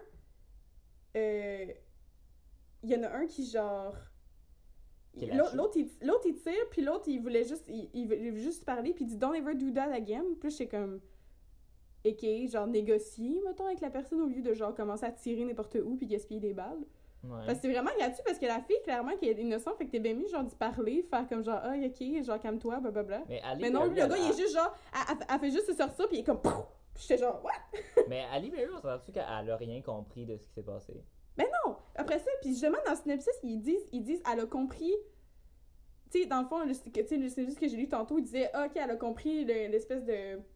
Il y en a un qui genre... Qui est lâché. L'autre, il tire, puis l'autre, il voulait juste... Il veut juste parler, puis il dit « Don't ever do that again. » Puis là, c'est comme... OK, genre négocier, mettons, avec la personne au lieu de genre commencer à tirer n'importe où puis gaspiller des balles. Ouais. Parce que c'est vraiment gratuit parce que la fille, clairement, qui est innocente, fait que t'es bien mieux, genre, d'y parler, faire comme genre, ah, OK, genre, calme-toi, blablabla. Mais Non, lui, le gars, il est juste genre, elle fait juste se sortir puis il est comme, pouf! Puis j'étais genre, what? Mais Ali Berry, on s'entend-tu qu'elle a rien compris de ce qui s'est passé? Ben non! Après ça, puis justement, dans le synopsis, ils disent, elle a compris. Tu sais, dans le fond, le synopsis que j'ai lu tantôt, il disait, OK, elle a compris l'espèce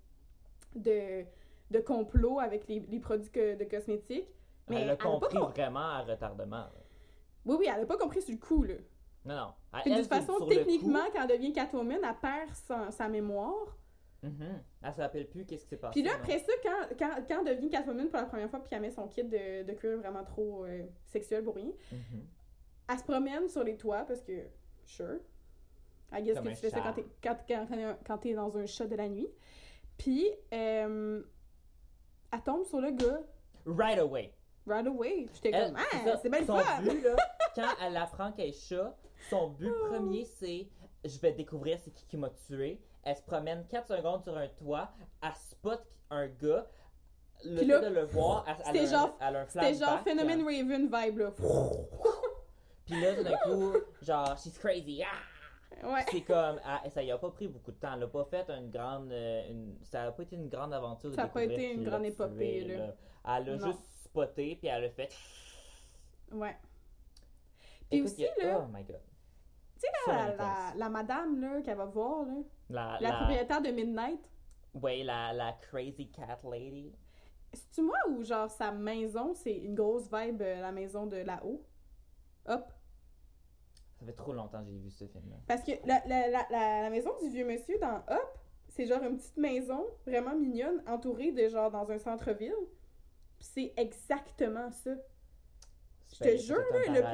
de complot avec les produits de cosmétiques. Mais Elle a elle a compris pas vraiment à retardement. là. Oui, elle a pas compris sur le coup, là. Non. Puis de Elle, toute façon, sur le techniquement, coup, quand elle devient Catwoman, elle perd sa mémoire. elle se rappelle plus qu'est-ce qui s'est passé. Puis là, non? après ça, quand elle devient Catwoman pour la première fois, puis elle met son kit de cuir vraiment trop sexuel pour rien, Mhm. elle se promène sur les toits parce que, sure, I guess Comme que un tu fais ça chat. quand t'es dans un chat de la nuit. Puis, elle tombe sur le gars, Right away. right away. J'étais Elle, comme, c'est ah, ça, c'est bien le son fun! but, là, quand elle apprend qu'elle est chat, son but premier, c'est « Je vais découvrir c'est qui m'a tué ». Elle se promène 4 secondes sur un toit, elle spot un gars, le Puis fait là, de le voir, elle c'était a genre- elle a un C'était genre flashback. Phénomène Raven vibe, là. Puis là, tout d'un coup, genre « She's crazy ah! ». Ouais. C'est comme, ça y a pas pris beaucoup de temps. Elle a pas fait une grande, ça a pas été une grande aventure. Ça a de pas découvrir été une qui grande l'a épopée, tué, là. Elle a Non. juste spoté, puis elle a fait. Ouais. Puis Écoute, aussi, là, oh my god. tu sais, So la, many la, things. la madame, là, qu'elle va voir, là, la La propriétaire de Midnight, ouais, la crazy cat lady. c'est-tu moi ou genre sa maison, c'est une grosse vibe, la maison de là-haut? Hop. Ça fait trop longtemps que j'ai vu ce film-là. Parce que la maison du vieux monsieur dans Hop, c'est genre une petite maison vraiment mignonne, entourée de genre dans un centre-ville. Puis c'est exactement ça. Je te jure, là, le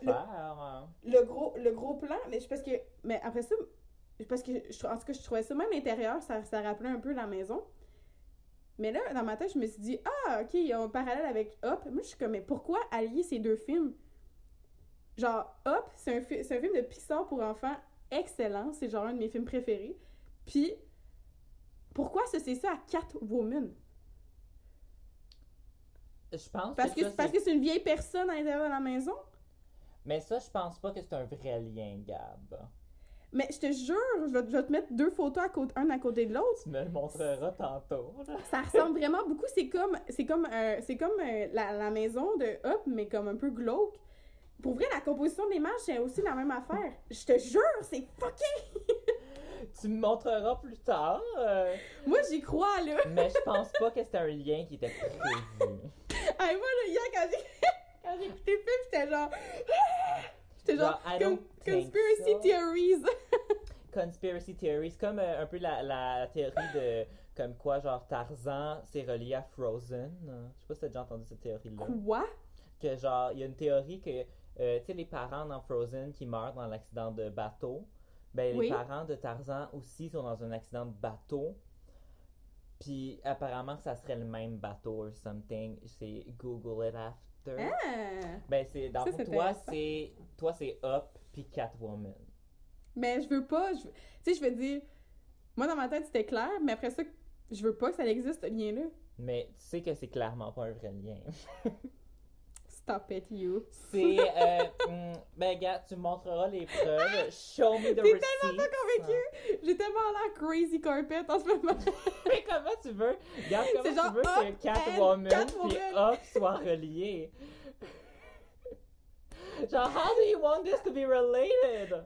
plan, le gros plan, mais parce que, mais après ça, parce que, en tout cas, je trouvais ça, même l'intérieur, ça rappelait un peu la maison. Mais là, dans ma tête, je me suis dit, ah, OK, il y a un parallèle avec Hop. Moi, je suis comme, mais pourquoi allier ces deux films? Genre, Hop, c'est un film de Pixar pour enfants excellent. C'est genre un de mes films préférés. Puis, pourquoi associer ça à Catwoman? Je pense Parce que, ça, parce que c'est une vieille personne à l'intérieur de la maison? Mais ça, je pense pas que c'est un vrai lien, Gab. Mais je te jure, je vais te mettre deux photos un à côté de l'autre. Tu me le montreras tantôt, là. Ça ressemble vraiment beaucoup. C'est comme la maison de Hop, mais comme un peu glauque. Pour vrai, la composition de l'image, c'est aussi la même affaire. Je te jure, c'est fucking... Tu me montreras plus tard. Moi, j'y crois, là. Mais je pense pas que c'était un lien qui était prévu. Hey, moi, là, hier, quand j'ai écouté le film, j'étais genre... J'étais genre Genre, I don't think conspiracy so. theories. conspiracy theory. C'est comme un peu la théorie de comme quoi, genre, Tarzan, c'est relié à Frozen. Je sais pas si t'as déjà entendu cette théorie-là. Quoi? Que, genre, il y a une théorie que, tu sais, les parents dans Frozen qui meurent dans l'accident de bateau, ben, Oui. les parents de Tarzan aussi sont dans un accident de bateau. Puis, apparemment, ça serait le même bateau or something. C'est Google it after. Ah! Ben, c'est, dans Ça, le fond, c'est toi, c'est Up puis Catwoman. Mais je veux pas. Tu sais, je veux dire. Moi, dans ma tête, c'était clair, mais après ça, je veux pas que ça existe, ce lien-là. Mais tu sais que c'est clairement pas un vrai lien. Stop it, you. C'est, ben, gars, tu me montreras les preuves. Show me the T'es receipts. tellement pas convaincue! J'ai tellement l'air crazy carpet en ce moment. Mais comment tu veux? Regarde comment C'est genre tu veux Up que Catwoman and puis Catwoman. Up soient reliés. Genre, how do you want this to be related?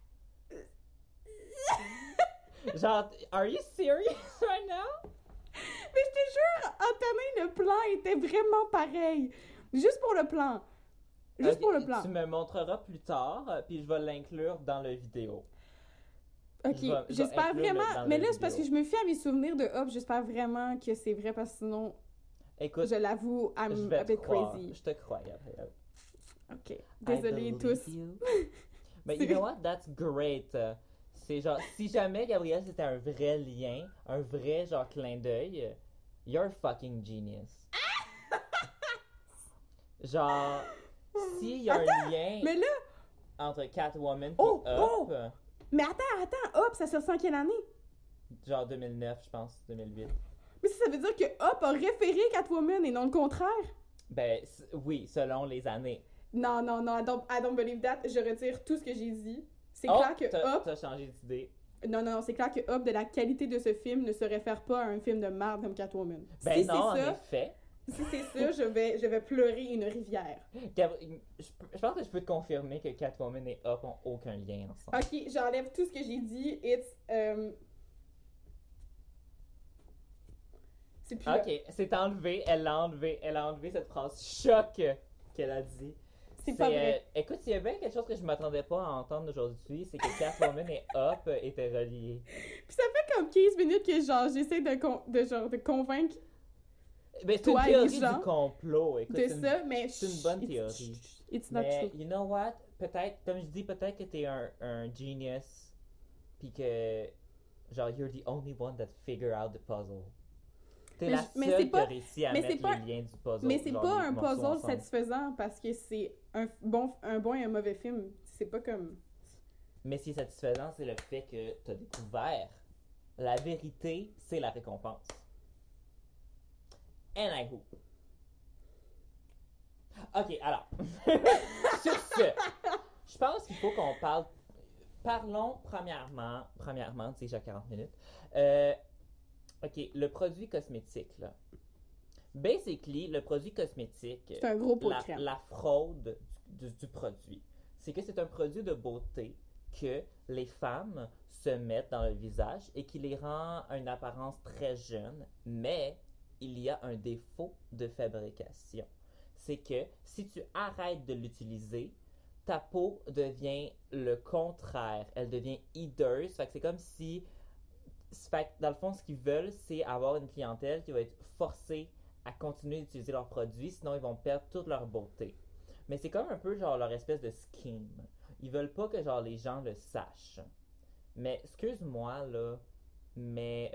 Genre, are you serious right now? Mais je te jure, Antonin, le plan était vraiment pareil. Juste pour le plan. Juste Ok, pour le plan. Tu me montreras plus tard, puis je vais l'inclure dans la vidéo. Ok, je vais j'espère inclure vraiment. dans Mais la là, c'est parce que vidéo. je me fie à mes souvenirs de Hop. J'espère vraiment que c'est vrai parce que sinon, Écoute, je l'avoue, je I'm vais a te bit croire. crazy. Je te crois, Gabrielle. Ok. Désolée I tous. believe you. Mais you know what? That's great. C'est genre, si jamais, Gabrielle, c'était un vrai lien, un vrai genre clin d'œil, you're a fucking genius. Genre, s'il y a un lien Mais là, entre Catwoman et Oh, Up, oh! mais attends, Hop, ça sort en quelle année? genre 2009, je pense, 2008. Mais ça veut dire que Hop a référé Catwoman et non le contraire? Ben, oui, selon les années. Non, I don't believe that. Je retire tout ce que j'ai dit. C'est Oh, clair que Hop. t'as changé d'idée. Non, c'est clair que Hop, de la qualité de ce film, ne se réfère pas à un film de merde comme Catwoman. Ben Si non, en c'est ça, effet. si c'est ça, je vais pleurer une rivière. Je pense que je peux te confirmer que Catwoman et Up ont aucun lien ensemble. Ok, j'enlève tout ce que j'ai dit. C'est plus là. Ok, c'est enlevé, elle a enlevé cette phrase choc qu'elle a dit. C'est pas vrai. Écoute, s'il y a bien quelque chose que je m'attendais pas à entendre aujourd'hui, c'est que Catwoman et Up étaient reliés. Puis ça fait comme 15 minutes que genre j'essaie de convaincre Ben, c'est Toi une et théorie Jean, du complot. Écoute, de c'est une- ça, mais c'est une bonne théorie. It's not Mais, true. you know what? Peut-être, comme je dis, peut-être que t'es un genius, puis que, genre, you're the only one that figure out the puzzle. T'es Mais la je- mais seule c'est qui pas- a réussi à mais mettre c'est pas- les liens du puzzle. Mais c'est genre, pas les un morceaux puzzle ensemble. satisfaisant parce que c'est un bon et un mauvais film. C'est pas comme. Mais ce qui est satisfaisant, c'est le fait que t'as découvert la vérité, c'est la récompense. And I hope. Ok, alors. Sur ce, je pense qu'il faut qu'on parle. Parlons premièrement, tu sais, j'ai 40 minutes. Ok, le produit cosmétique, là. Basically, le produit cosmétique, C'est un gros pot de crème. la fraude du produit, c'est que c'est un produit de beauté que les femmes se mettent dans le visage et qui les rend une apparence très jeune, mais il y a un défaut de fabrication. C'est que si tu arrêtes de l'utiliser, ta peau devient le contraire. Elle devient hideuse. Fait que c'est comme si... Fait que dans le fond, ce qu'ils veulent, c'est avoir une clientèle qui va être forcée à continuer d'utiliser leurs produits, sinon ils vont perdre toute leur beauté. Mais c'est comme un peu genre leur espèce de scheme. Ils veulent pas que genre les gens le sachent. Mais excuse-moi là, mais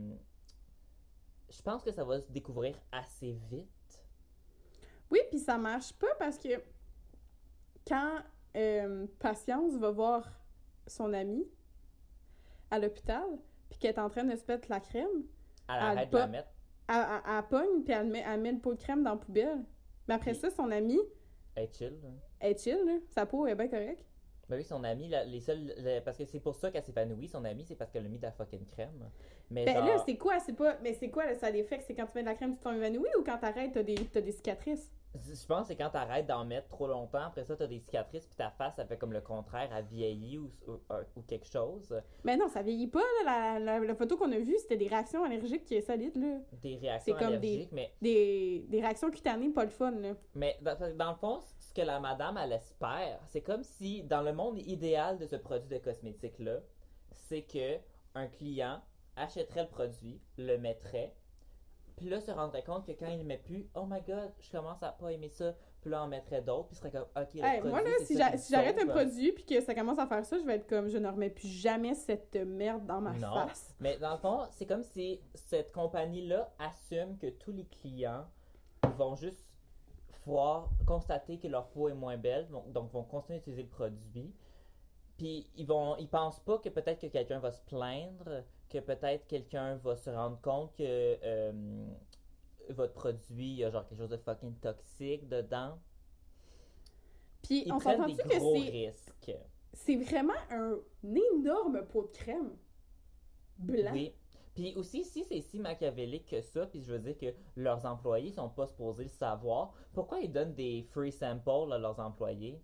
je pense que ça va se découvrir assez vite. Oui, puis ça marche pas parce que quand Patience va voir son amie à l'hôpital, puis qu'elle est en train de se mettre la crème, Elle Elle arrête de la pas- mettre. elle pogne, puis elle met le pot de crème dans la poubelle. Mais après Puis- ça, son amie, Elle est chill. Là. elle est chill, là. Sa peau est bien correcte. Ben oui, son ami, parce que c'est pour ça qu'elle s'épanouit, son ami, c'est parce qu'elle a mis de la fucking crème. Mais Ben genre, là, c'est quoi? Mais c'est quoi le side effect? C'est quand tu mets de la crème, tu t'en évanouis ou quand t'arrêtes, t'as des cicatrices? je pense que c'est quand t'arrêtes d'en mettre trop longtemps, après ça, t'as des cicatrices, puis ta face, ça fait comme le contraire, elle vieillit ou quelque chose. Mais non, ça vieillit pas, là. La photo qu'on a vue, c'était des réactions allergiques qui est solide, là. Des réactions C'est comme allergiques, des réactions cutanées, pas le fun, là. mais dans le fond, ce que la madame, elle espère, c'est comme si, dans le monde idéal de ce produit de cosmétique-là, c'est que un client achèterait le produit, le mettrait, puis là se rendrait compte que quand il le met plus, oh my god, je commence à pas aimer ça, puis là on mettrait d'autres, puis il serait comme ok, le Hey, produit, moi là, c'est si ça qui me j'arrête un sauve. produit puis que ça commence à faire ça, je vais être comme je ne remets plus jamais cette merde dans ma Non, face. mais dans le fond, c'est comme si cette compagnie-là assume que tous les clients vont juste constater que leur peau est moins belle, donc vont continuer d'utiliser le produit. Puis ils pensent pas que peut-être que quelqu'un va se plaindre, que peut-être quelqu'un va se rendre compte que votre produit, il y a genre quelque chose de fucking toxique dedans. Puis Ils on prennent s'entend-tu des que gros risques. c'est vraiment un énorme pot de crème blanc. Oui. Puis aussi, si c'est si machiavélique que ça, puis je veux dire que leurs employés sont pas supposés le savoir, pourquoi ils donnent des free samples à leurs employés?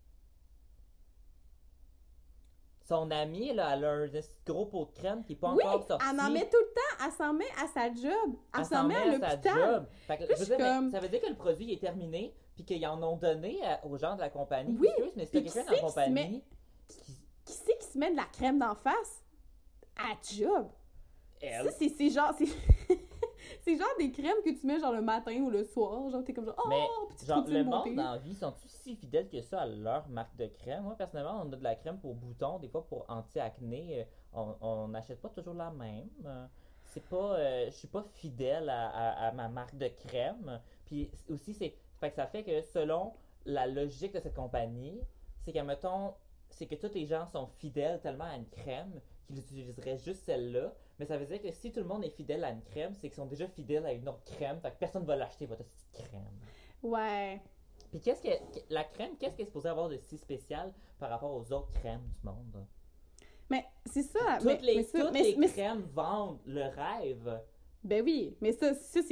Son amie, là, elle a un gros pot de crème qui n'est pas Oui, encore sorti. elle en met tout le temps, elle s'en met à sa job, elle s'en met à sa l'hôpital. job. Fait que, Puis je veux je suis dire, mais comme- ça veut dire que le produit est terminé, puis qu'ils en ont donné aux gens de la compagnie. Oui, Excuse, mais si puis t'as qui quelqu'un dans la c'est qui se met- compagnie Qui c'est qui se met de la crème d'en face à job? elle, Ça, c'est genre... C'est genre des crèmes que tu mets genre le matin ou le soir. Genre, t'es comme genre, mais oh, petite genre, routine le beauté. monde dans la vie, sont-ils si fidèles que ça à leur marque de crème? Moi, personnellement, on a de la crème pour boutons, des fois pour anti-acné. On n'achète pas toujours la même. C'est pas... je suis pas fidèle à ma marque de crème. Puis aussi, fait que ça fait que selon la logique de cette compagnie, c'est que, mettons, c'est que tous les gens sont fidèles tellement à une crème qu'ils utiliseraient juste celle-là. Mais ça veut dire que si tout le monde est fidèle à une crème, c'est qu'ils sont déjà fidèles à une autre crème. Fait que personne va l'acheter, votre petite crème. Ouais. Puis la crème, qu'est-ce qu'elle est supposée avoir de si spécial par rapport aux autres crèmes du monde? Mais c'est ça. Toutes les mais- crèmes vendent le rêve. Ben oui, mais ça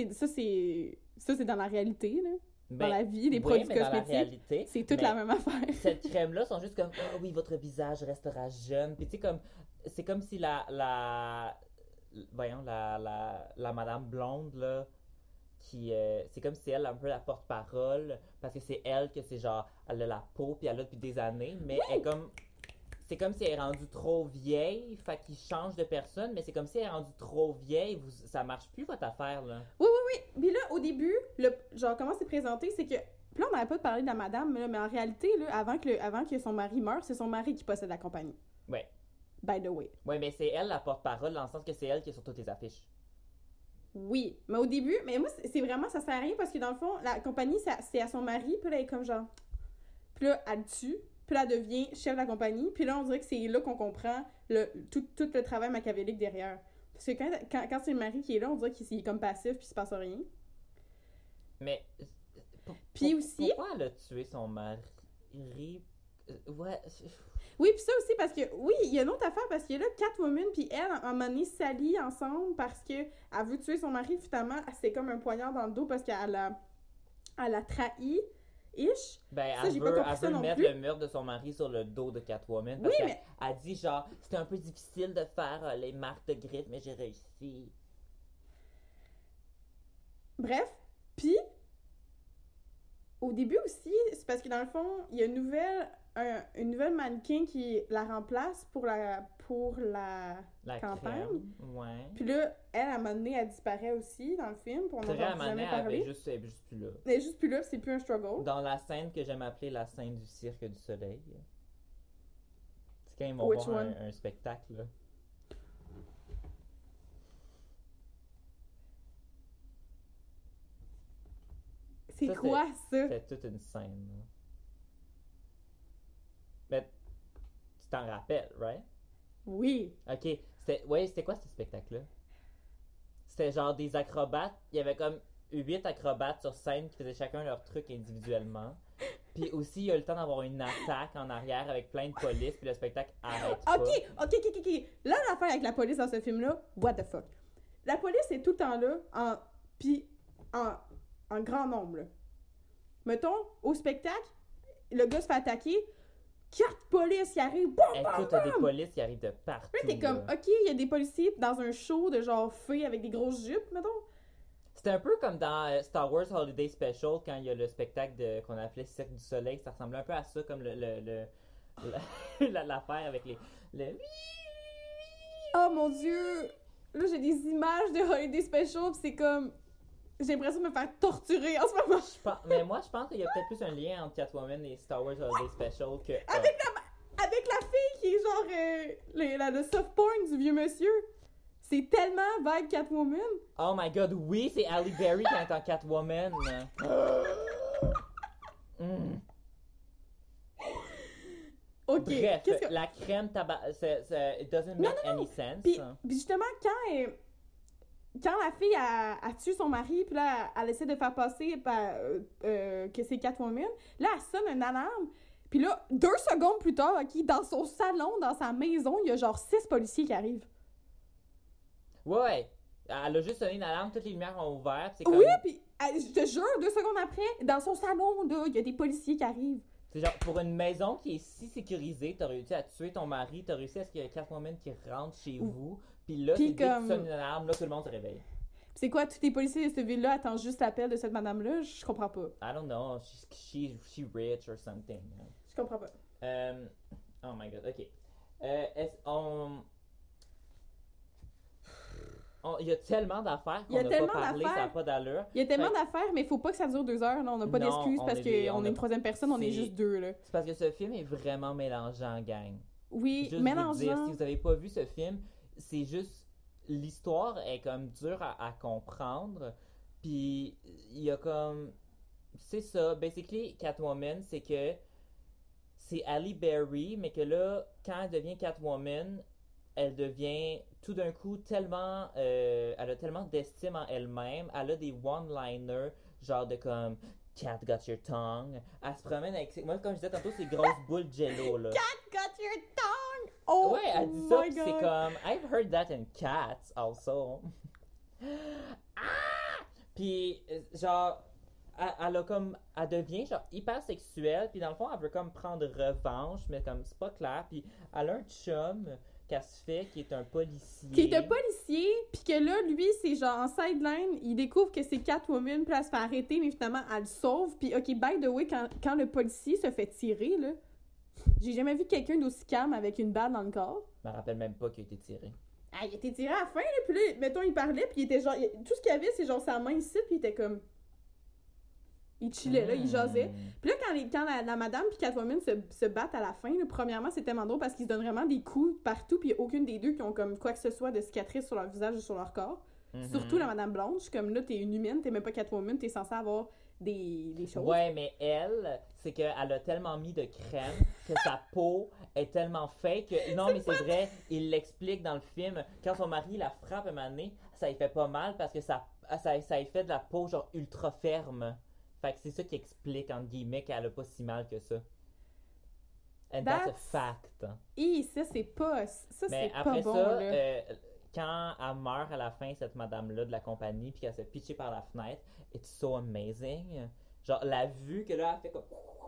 c'est dans la réalité, là. Ben, la vie, les oui, produits mais dans la cosmétiques, réalité, C'est toute mais la même affaire. Cette crème-là sont juste comme, oh oui, votre visage restera jeune. Puis tu sais, c'est comme si voyons, la madame blonde, là, c'est comme si elle, un peu la porte-parole, parce que c'est elle que c'est genre, elle a la peau, puis elle l'a depuis des années, mais c'est comme si elle est rendue trop vieille, fait qu'il change de personne, mais c'est comme si elle est rendue trop vieille, ça marche plus votre affaire, là. Oui. Puis là, au début, genre, comment c'est présenté, c'est que... Puis là, on n'avait pas parlé de la madame, là, mais en réalité, là, avant que son mari meure, c'est son mari qui possède la compagnie. Ouais. By the way. Ouais, mais c'est elle la porte-parole, dans le sens que c'est elle qui est sur toutes les affiches. Oui, mais au début, mais moi, c'est vraiment, ça sert à rien parce que dans le fond, la compagnie, c'est à son mari, puis là, elle est comme genre... Puis là, elle le tue, puis là, elle devient chef de la compagnie, puis là, on dirait que c'est là qu'on comprend tout le travail machiavélique derrière. Parce que quand c'est le mari qui est là, on dirait qu'il est comme passif, puis il se passe rien. Mais... Puis aussi... Pourquoi elle a tué son mari? Ouais... Oui, puis ça aussi, parce que, oui, il y a une autre affaire, parce que là, Catwoman puis elle, à un moment donné, s'allient ensemble parce que elle veut tuer son mari, finalement, c'est comme un poignard dans le dos parce qu'elle a trahi, ish. Ben, Ça, j'ai pas compris elle ça veut non mettre plus. le meurtre de son mari sur le dos de Catwoman. Parce Oui, qu'elle mais- elle dit genre, c'était un peu difficile de faire les marques de griffes, mais j'ai réussi. Bref, puis au début aussi, c'est parce que dans le fond, il y a une nouvelle mannequin qui la remplace pour la La campagne. crème, ouais. Puis là, elle, à un moment donné, elle disparaît aussi dans le film, puis on C'est vrai, à un n'en a moment donné, jamais elle parlé. est juste plus là. Elle est juste plus là, puis c'est plus un struggle. Dans la scène que j'aime appeler la scène du cirque du soleil. C'est quand ils vont Which voir one? un spectacle, là. C'est Ça, quoi ça? C'est toute une scène, là. Mais tu t'en rappelles, right? Oui. Ok, c'était quoi ce spectacle-là? C'était genre des acrobates, il y avait comme 8 acrobates sur scène qui faisaient chacun leur truc individuellement. Puis aussi, il y a eu le temps d'avoir une attaque en arrière avec plein de police, puis le spectacle arrête pas. Ok. Là, l'affaire avec la police dans ce film-là, what the fuck? La police est tout le temps là, en grand nombre, là. Mettons, au spectacle, le gars se fait attaquer, 4 polices qui arrivent, boum, boum, Écoute, t'as des boum! polices qui arrivent de partout. Là, t'es comme, là. ok, il y a des policiers dans un show de genre fées avec des grosses jupes, mettons. C'était un peu comme dans Star Wars Holiday Special, quand il y a le spectacle qu'on appelait Cirque du Soleil. Ça ressemblait un peu à ça, comme l'affaire avec le Oh mon Dieu! Là, j'ai des images de Holiday Special, pis c'est comme... J'ai l'impression de me faire torturer en ce moment. Mais moi, je pense qu'il y a peut-être plus un lien entre Catwoman et Star Wars Holiday Special que... Avec la fille qui est genre le soft porn du vieux monsieur. C'est tellement vibe Catwoman. Oh my god, oui, c'est Halle Berry qui est en Catwoman. Mm. Ok. Bref, qu'est-ce que... la crème it doesn't make any sense. Puis justement, quand la fille a tué son mari, puis là, elle essaie de faire passer que c'est Catwoman, là, elle sonne une alarme. Puis là, 2 secondes plus tard, dans son salon, dans sa maison, il y a genre 6 policiers qui arrivent. Ouais, elle a juste sonné une alarme, toutes les lumières ont ouvert, c'est comme... Oui, puis je te jure, 2 secondes après, dans son salon, là, il y a des policiers qui arrivent. C'est genre, pour une maison qui est si sécurisée, t'as réussi à tuer ton mari, t'as réussi à ce qu'il y ait Catwoman qui rentre chez vous, puis là, Puis c'est dès que comme... tu sonnes une alarme, là, tout le monde se réveille. Puis c'est quoi, tous les policiers de cette ville-là attendent juste l'appel de cette madame-là? Je comprends pas. I don't know, she rich or something. Je comprends pas. Oh my god, ok. Il y a tellement d'affaires qu'on n'a pas parlé, ça n'a pas d'allure. Il y a tellement d'affaires, mais il faut pas que ça dure 2 heures. Là. On n'a pas d'excuses parce qu'on est une troisième personne, on est juste 2. Là. C'est parce que ce film est vraiment mélangeant, gang. Oui, juste mélangeant. Vous dire, si vous avez pas vu ce film, c'est juste... L'histoire est comme dure à comprendre. Puis il y a comme... C'est ça, basically, Catwoman, c'est que c'est Halle Berry, mais que là, quand elle devient Catwoman, elle devient tout d'un coup tellement... elle a tellement d'estime en elle-même. Elle a des one-liners, genre de comme... Cat got your tongue. Elle se promène avec... Moi, comme je disais tantôt, c'est grosses boules de jello, là. Cat got your tongue! Oh ouais, elle dit ça, my pis c'est God. comme... I've heard that in cats, also. Ah! Puis, genre... Elle a comme... Elle devient, genre, hyper sexuelle, puis dans le fond, elle veut comme prendre revanche, mais comme, c'est pas clair. Puis, elle a un chum qu'elle se fait, qui est un policier. Qui est un policier, puis que là, lui, c'est genre en sideline, il découvre que c'est Catwoman, puis elle se fait arrêter, mais finalement, elle le sauve. Puis, ok, by the way, quand le policier se fait tirer, là, j'ai jamais vu quelqu'un d'aussi calme avec une balle dans le corps. Je me rappelle même pas qu'il a été tiré. Ah, il était tiré à la fin, là, puis là, mettons, il parlait, puis il était genre... tout ce qu'il avait, c'est genre sa main ici, puis il était comme... Il chillait, là, il jasait. Puis là, quand la madame puis Catwoman se battent à la fin, là, premièrement, c'est tellement drôle parce qu'ils se donnent vraiment des coups partout, puis aucune des deux qui ont comme quoi que ce soit de cicatrices sur leur visage ou sur leur corps. Surtout la madame Blanche, je suis comme là, t'es une humaine, t'es même pas Catwoman, t'es censée avoir des choses. Ouais, mais elle, c'est qu'elle a tellement mis de crème que sa peau est tellement fake que... Non, mais c'est vrai, il l'explique dans le film. Quand son mari la frappe un moment donné, ça lui fait pas mal parce que ça lui fait de la peau genre ultra ferme. Fait que c'est ça qui explique, entre guillemets, qu'elle a pas si mal que ça. And that's a fact. Ça, c'est pas... Ça, mais c'est après pas bon, ça, là. quand elle meurt à la fin, cette madame-là de la compagnie, puis qu'elle se pitche par la fenêtre, it's so amazing. Genre, la vue que là, elle fait comme...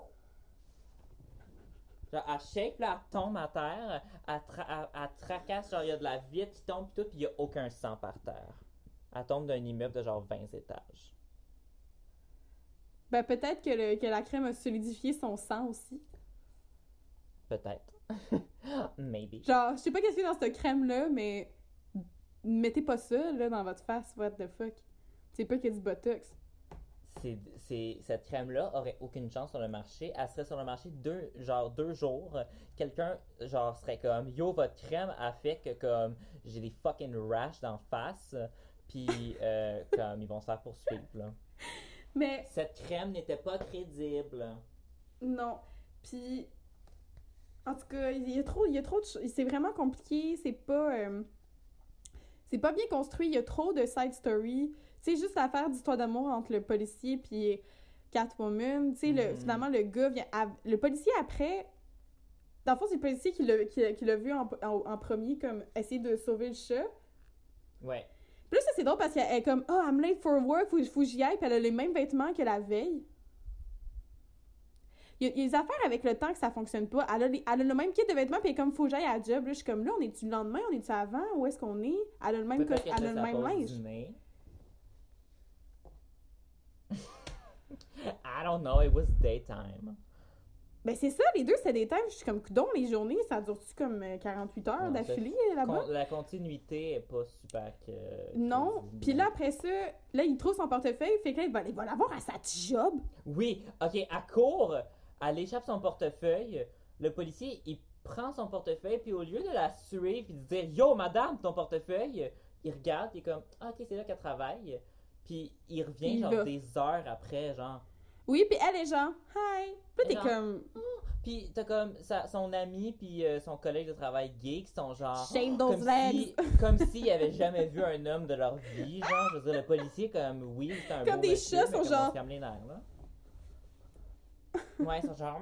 Genre, elle shake, puis là, elle tombe à terre, elle tracasse, genre, il y a de la vitre qui tombe, puis tout, puis il y a aucun sang par terre. Elle tombe d'un immeuble de genre 20 étages. Ben, peut-être que la crème a solidifié son sang aussi. Peut-être. Maybe. Genre, je sais pas qu'est-ce qu'il y a dans cette crème-là, mais mettez pas ça, là, dans votre face, what the fuck. C'est pas qu'il y a du Botox. Cette crème-là aurait aucune chance sur le marché. Elle serait sur le marché 2 jours. Quelqu'un, genre, serait comme, yo, votre crème a fait que, comme, j'ai des fucking rash d'en face. Puis, comme, ils vont se faire poursuivre, là. Mais... Cette crème n'était pas crédible. Non. Puis... En tout cas, il y a trop de choses. C'est vraiment compliqué. C'est pas bien construit. Il y a trop de side story. Tu sais, juste l'affaire d'histoire d'amour entre le policier puis Catwoman. Tu sais, finalement, le gars vient... Le policier, après... Dans le fond, c'est le policier qui l'a vu en premier, comme, essayer de sauver le chat. Ouais. Puis là, ça, c'est drôle parce qu'elle est comme « Oh, I'm late for work, faut que j'y aille. » Puis elle a les mêmes vêtements que la veille. Il y a des affaires avec le temps que ça fonctionne pas. Elle a le même kit de vêtements, puis elle est comme « Faut que j'aille à la job. » Là, je suis comme « Là, on est-tu le lendemain? On est-tu avant? Où est-ce qu'on est? » Elle a le même, elle a le même linge. I don't know, it was daytime. Ben c'est ça, les deux, c'est des thèmes. Je suis comme, coudonc, les journées, ça dure-tu comme 48 heures Non, d'affilée là-bas? La continuité est pas super Non. crédible. Puis là, après ça, là, il trouve son portefeuille, fait que là, il va l'avoir à sa job. Oui, ok, elle court, elle échappe son portefeuille, le policier, il prend son portefeuille, puis au lieu de la suivre et de dire « Yo, madame, ton portefeuille », il regarde, il est comme « Ah, ok, c'est là qu'elle travaille », puis il revient Il genre va. des heures après, genre... Oui, puis elle est genre, hi. Puis là, t'es Genre, comme, Puis t'as comme son ami puis son collègue de travail gay qui sont genre... shame those legs. Comme s'ils avaient jamais vu un homme de leur vie, genre, je veux dire, le policier comme, oui, c'est un Comme beau des monsieur, chats mais sont comme genre- on se calme les nerfs, là. Ouais, ils sont genre...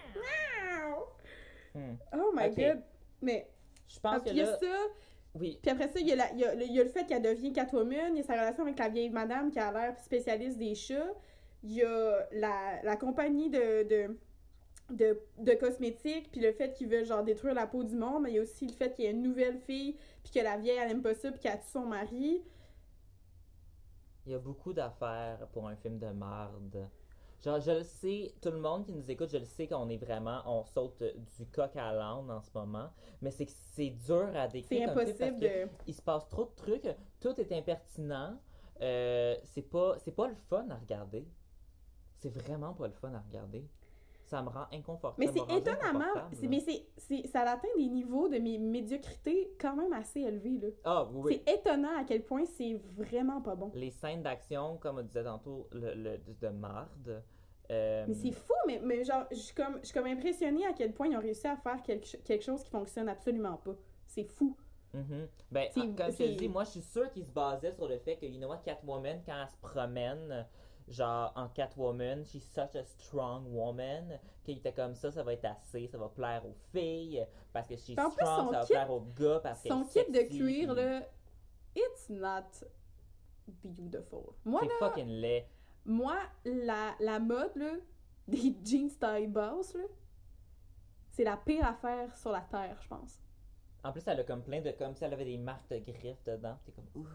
Hmm. Oh my Ok. god. Mais, Je pense que il y a là... ça. Oui, Puis après ça, il y a le fait qu'elle devient Catwoman, il y a sa relation avec la vieille madame qui a l'air spécialiste des chats, il y a la compagnie de cosmétiques, puis le fait qu'ils veulent genre détruire la peau du monde, mais il y a aussi le fait qu'il y a une nouvelle fille, puis que la vieille elle aime pas ça, puis qu'elle tue son mari. il y a beaucoup d'affaires pour un film de marde. Genre, je le sais, tout le monde qui nous écoute, je le sais qu'on est vraiment, on saute du coq à l'âne en ce moment, mais c'est que c'est dur à C'est décrire comme film parce impossible que de... il se passe trop de trucs, tout est impertinent, c'est pas le fun à regarder. C'est vraiment pas le fun à regarder. Ça me rend inconfortable. Mais ça me c'est rend étonnamment, inconfortable. mais ça atteint des niveaux de médiocrité quand même assez élevés, là. Ah oui. C'est étonnant à quel point c'est vraiment pas bon. Les scènes d'action, comme on disait tantôt, de marde. Mais c'est fou, mais genre, je suis comme impressionnée à quel point ils ont réussi à faire quelque chose qui fonctionne absolument pas. C'est fou. Mhm. Ben, C'est- comme je te c'est- dis, moi je suis sûr qu'ils se basaient sur le fait que, you know what, Catwoman, quand elle se promène, genre en Catwoman, she's such a strong woman, qu'il était comme ça va être assez, ça va plaire aux filles, parce que she's En plus, strong, son ça va kit- plaire aux gars, parce qu'elle Son est kit de sexy, cuir, puis là, it's not beautiful. Moi, c'est là, fucking laid. moi, la mode, là, des jeans taille basse, là, c'est la pire affaire sur la terre, je pense. En plus, elle a comme plein de, comme si elle avait des marques de griffes dedans, t'es comme, ouh.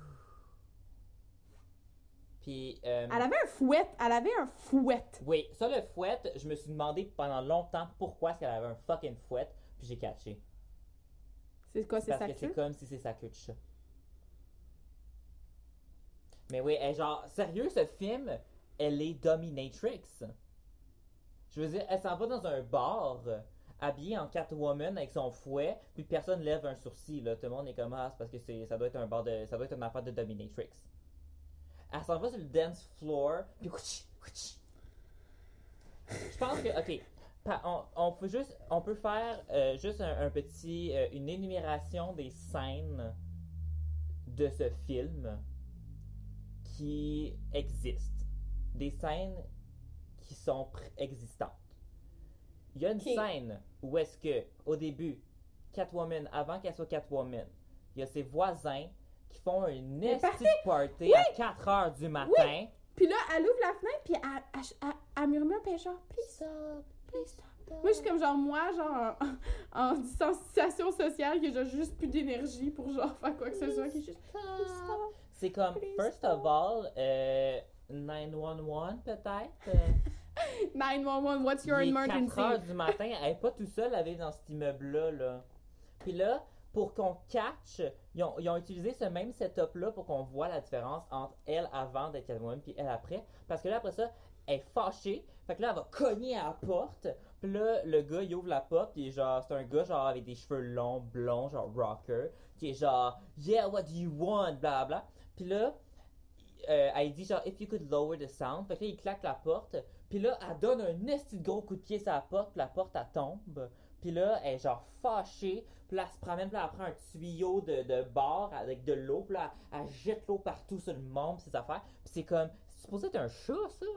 Puis, Elle avait un fouet, oui, ça, le fouet, je me suis demandé pendant longtemps pourquoi est-ce qu'elle avait un fucking fouet, puis j'ai catché. C'est quoi, c'est Parce sa que c'est queue? comme si c'est sa queue de chat. Mais oui, genre, sérieux, ce film, elle est dominatrix. Je veux dire, elle s'en va dans un bar, habillée en Catwoman avec son fouet, puis personne lève un sourcil, là. Tout le monde est comme, ah, c'est parce que ça doit être un bar de, ça doit être une affaire de dominatrix. Elle s'en va sur le dance floor, puis je pense que, ok, on peut faire juste un petit, une énumération des scènes de ce film qui existent. Des scènes qui sont existantes. Il y a une Ok. scène où est-ce que, au début, Catwoman, avant qu'elle soit Catwoman, il y a ses voisins qui font un esti party à 4 heures du matin. Puis là, elle ouvre la fenêtre, puis elle murmure, puis elle est genre, please stop, please stop. Moi, je suis comme genre, genre, en distanciation sociale, que j'ai juste plus d'énergie pour genre faire quoi que ce soit, qui est juste, please stop. C'est comme, Please first stop. of all, 911 peut-être. 911, what's your Il est emergency? 4 heures du matin, elle est pas tout seule à vivre dans cet immeuble-là. Là. Puis là, pour qu'on catch, ils ont utilisé ce même setup-là pour qu'on voit la différence entre elle avant d'être Catwoman puis elle après. Parce que là, après ça, elle est fâchée. Fait que là, elle va cogner à la porte. Puis là, le gars, il ouvre la porte. Puis genre, c'est un gars genre avec des cheveux longs, blonds, genre rocker. Qui est genre, yeah, what do you want? Bla bla. Puis là, elle dit genre, if you could lower the sound. Fait que là, il claque la porte. Puis là, elle donne un esti de gros coup de pied sur la porte. Puis la porte, elle tombe. Puis là, elle est genre fâchée. Puis là, elle se promène. Puis là, elle prend un tuyau de bar avec de l'eau. Puis là, elle jette l'eau partout sur le monde. Ses affaires. Puis c'est comme, c'est supposé être un chat, ça?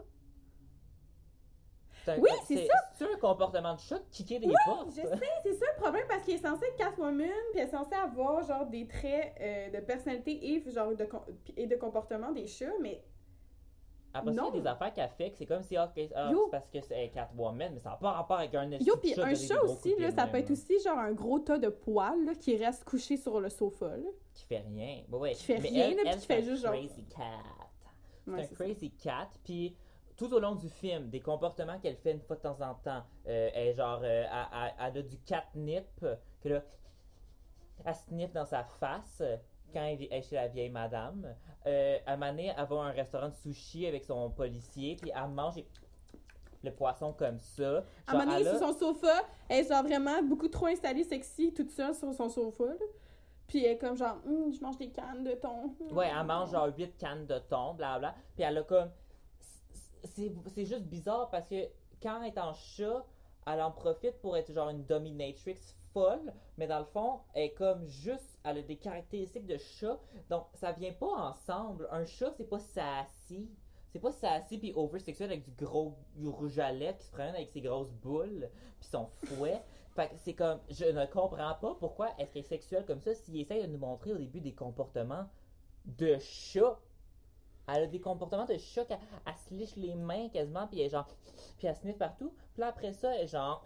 Oui, c'est ça. C'est un comportement de chat de kicker des Oui, portes. je sais, c'est ça le problème, parce qu'il est censé être Catwoman, puis elle est censée avoir genre des traits de personnalité et genre de comportement des chats, mais Après ça, il y a non. des affaires qu'elle fait que c'est comme si, c'est Yo. parce que c'est Catwoman, mais ça n'a pas rapport avec un esti yo, de puis chat un donner des chat gros aussi, coups de pied là, de ça même, peut être là. aussi genre un gros tas de poils là, qui reste couché sur le sofa, là. Qui fait rien. Ouais, Qui fait mais rien, elle, là, puis elle, qui fait c'est juste un genre- crazy cat. Ouais, C'est c'est un ça. crazy cat, puis tout au long du film, des comportements qu'elle fait une fois de temps en temps. Elle, genre, elle a du catnip, que là, elle sniffe dans sa face quand elle est chez la vieille madame. À un moment donné, elle va à un restaurant de sushi avec son policier, puis elle mange le poisson comme ça. À un moment donné, sur son sofa, elle est genre vraiment beaucoup trop installée sexy, toute seule sur son sofa, là. Puis elle est comme genre, je mange des cannes de thon. Ouais, elle mange genre 8 cannes de thon, blablabla. Puis elle a comme... C'est juste bizarre parce que quand elle est en chat, elle en profite pour être genre une dominatrix folle, mais dans le fond, elle est comme juste... Elle a des caractéristiques de chat, donc ça vient pas ensemble. Un chat, c'est pas sassy. C'est pas sassy puis over-sexuel avec du gros rouge à lèvres qui se promène avec ses grosses boules puis son fouet. Fait que c'est comme, je ne comprends pas pourquoi est-ce qu'elle est sexuelle comme ça s'il essaye de nous montrer au début des comportements de chat. Elle a des comportements de chat qu'elle se liche les mains quasiment puis elle est genre, puis elle sniffe partout. Puis là après ça, elle est genre...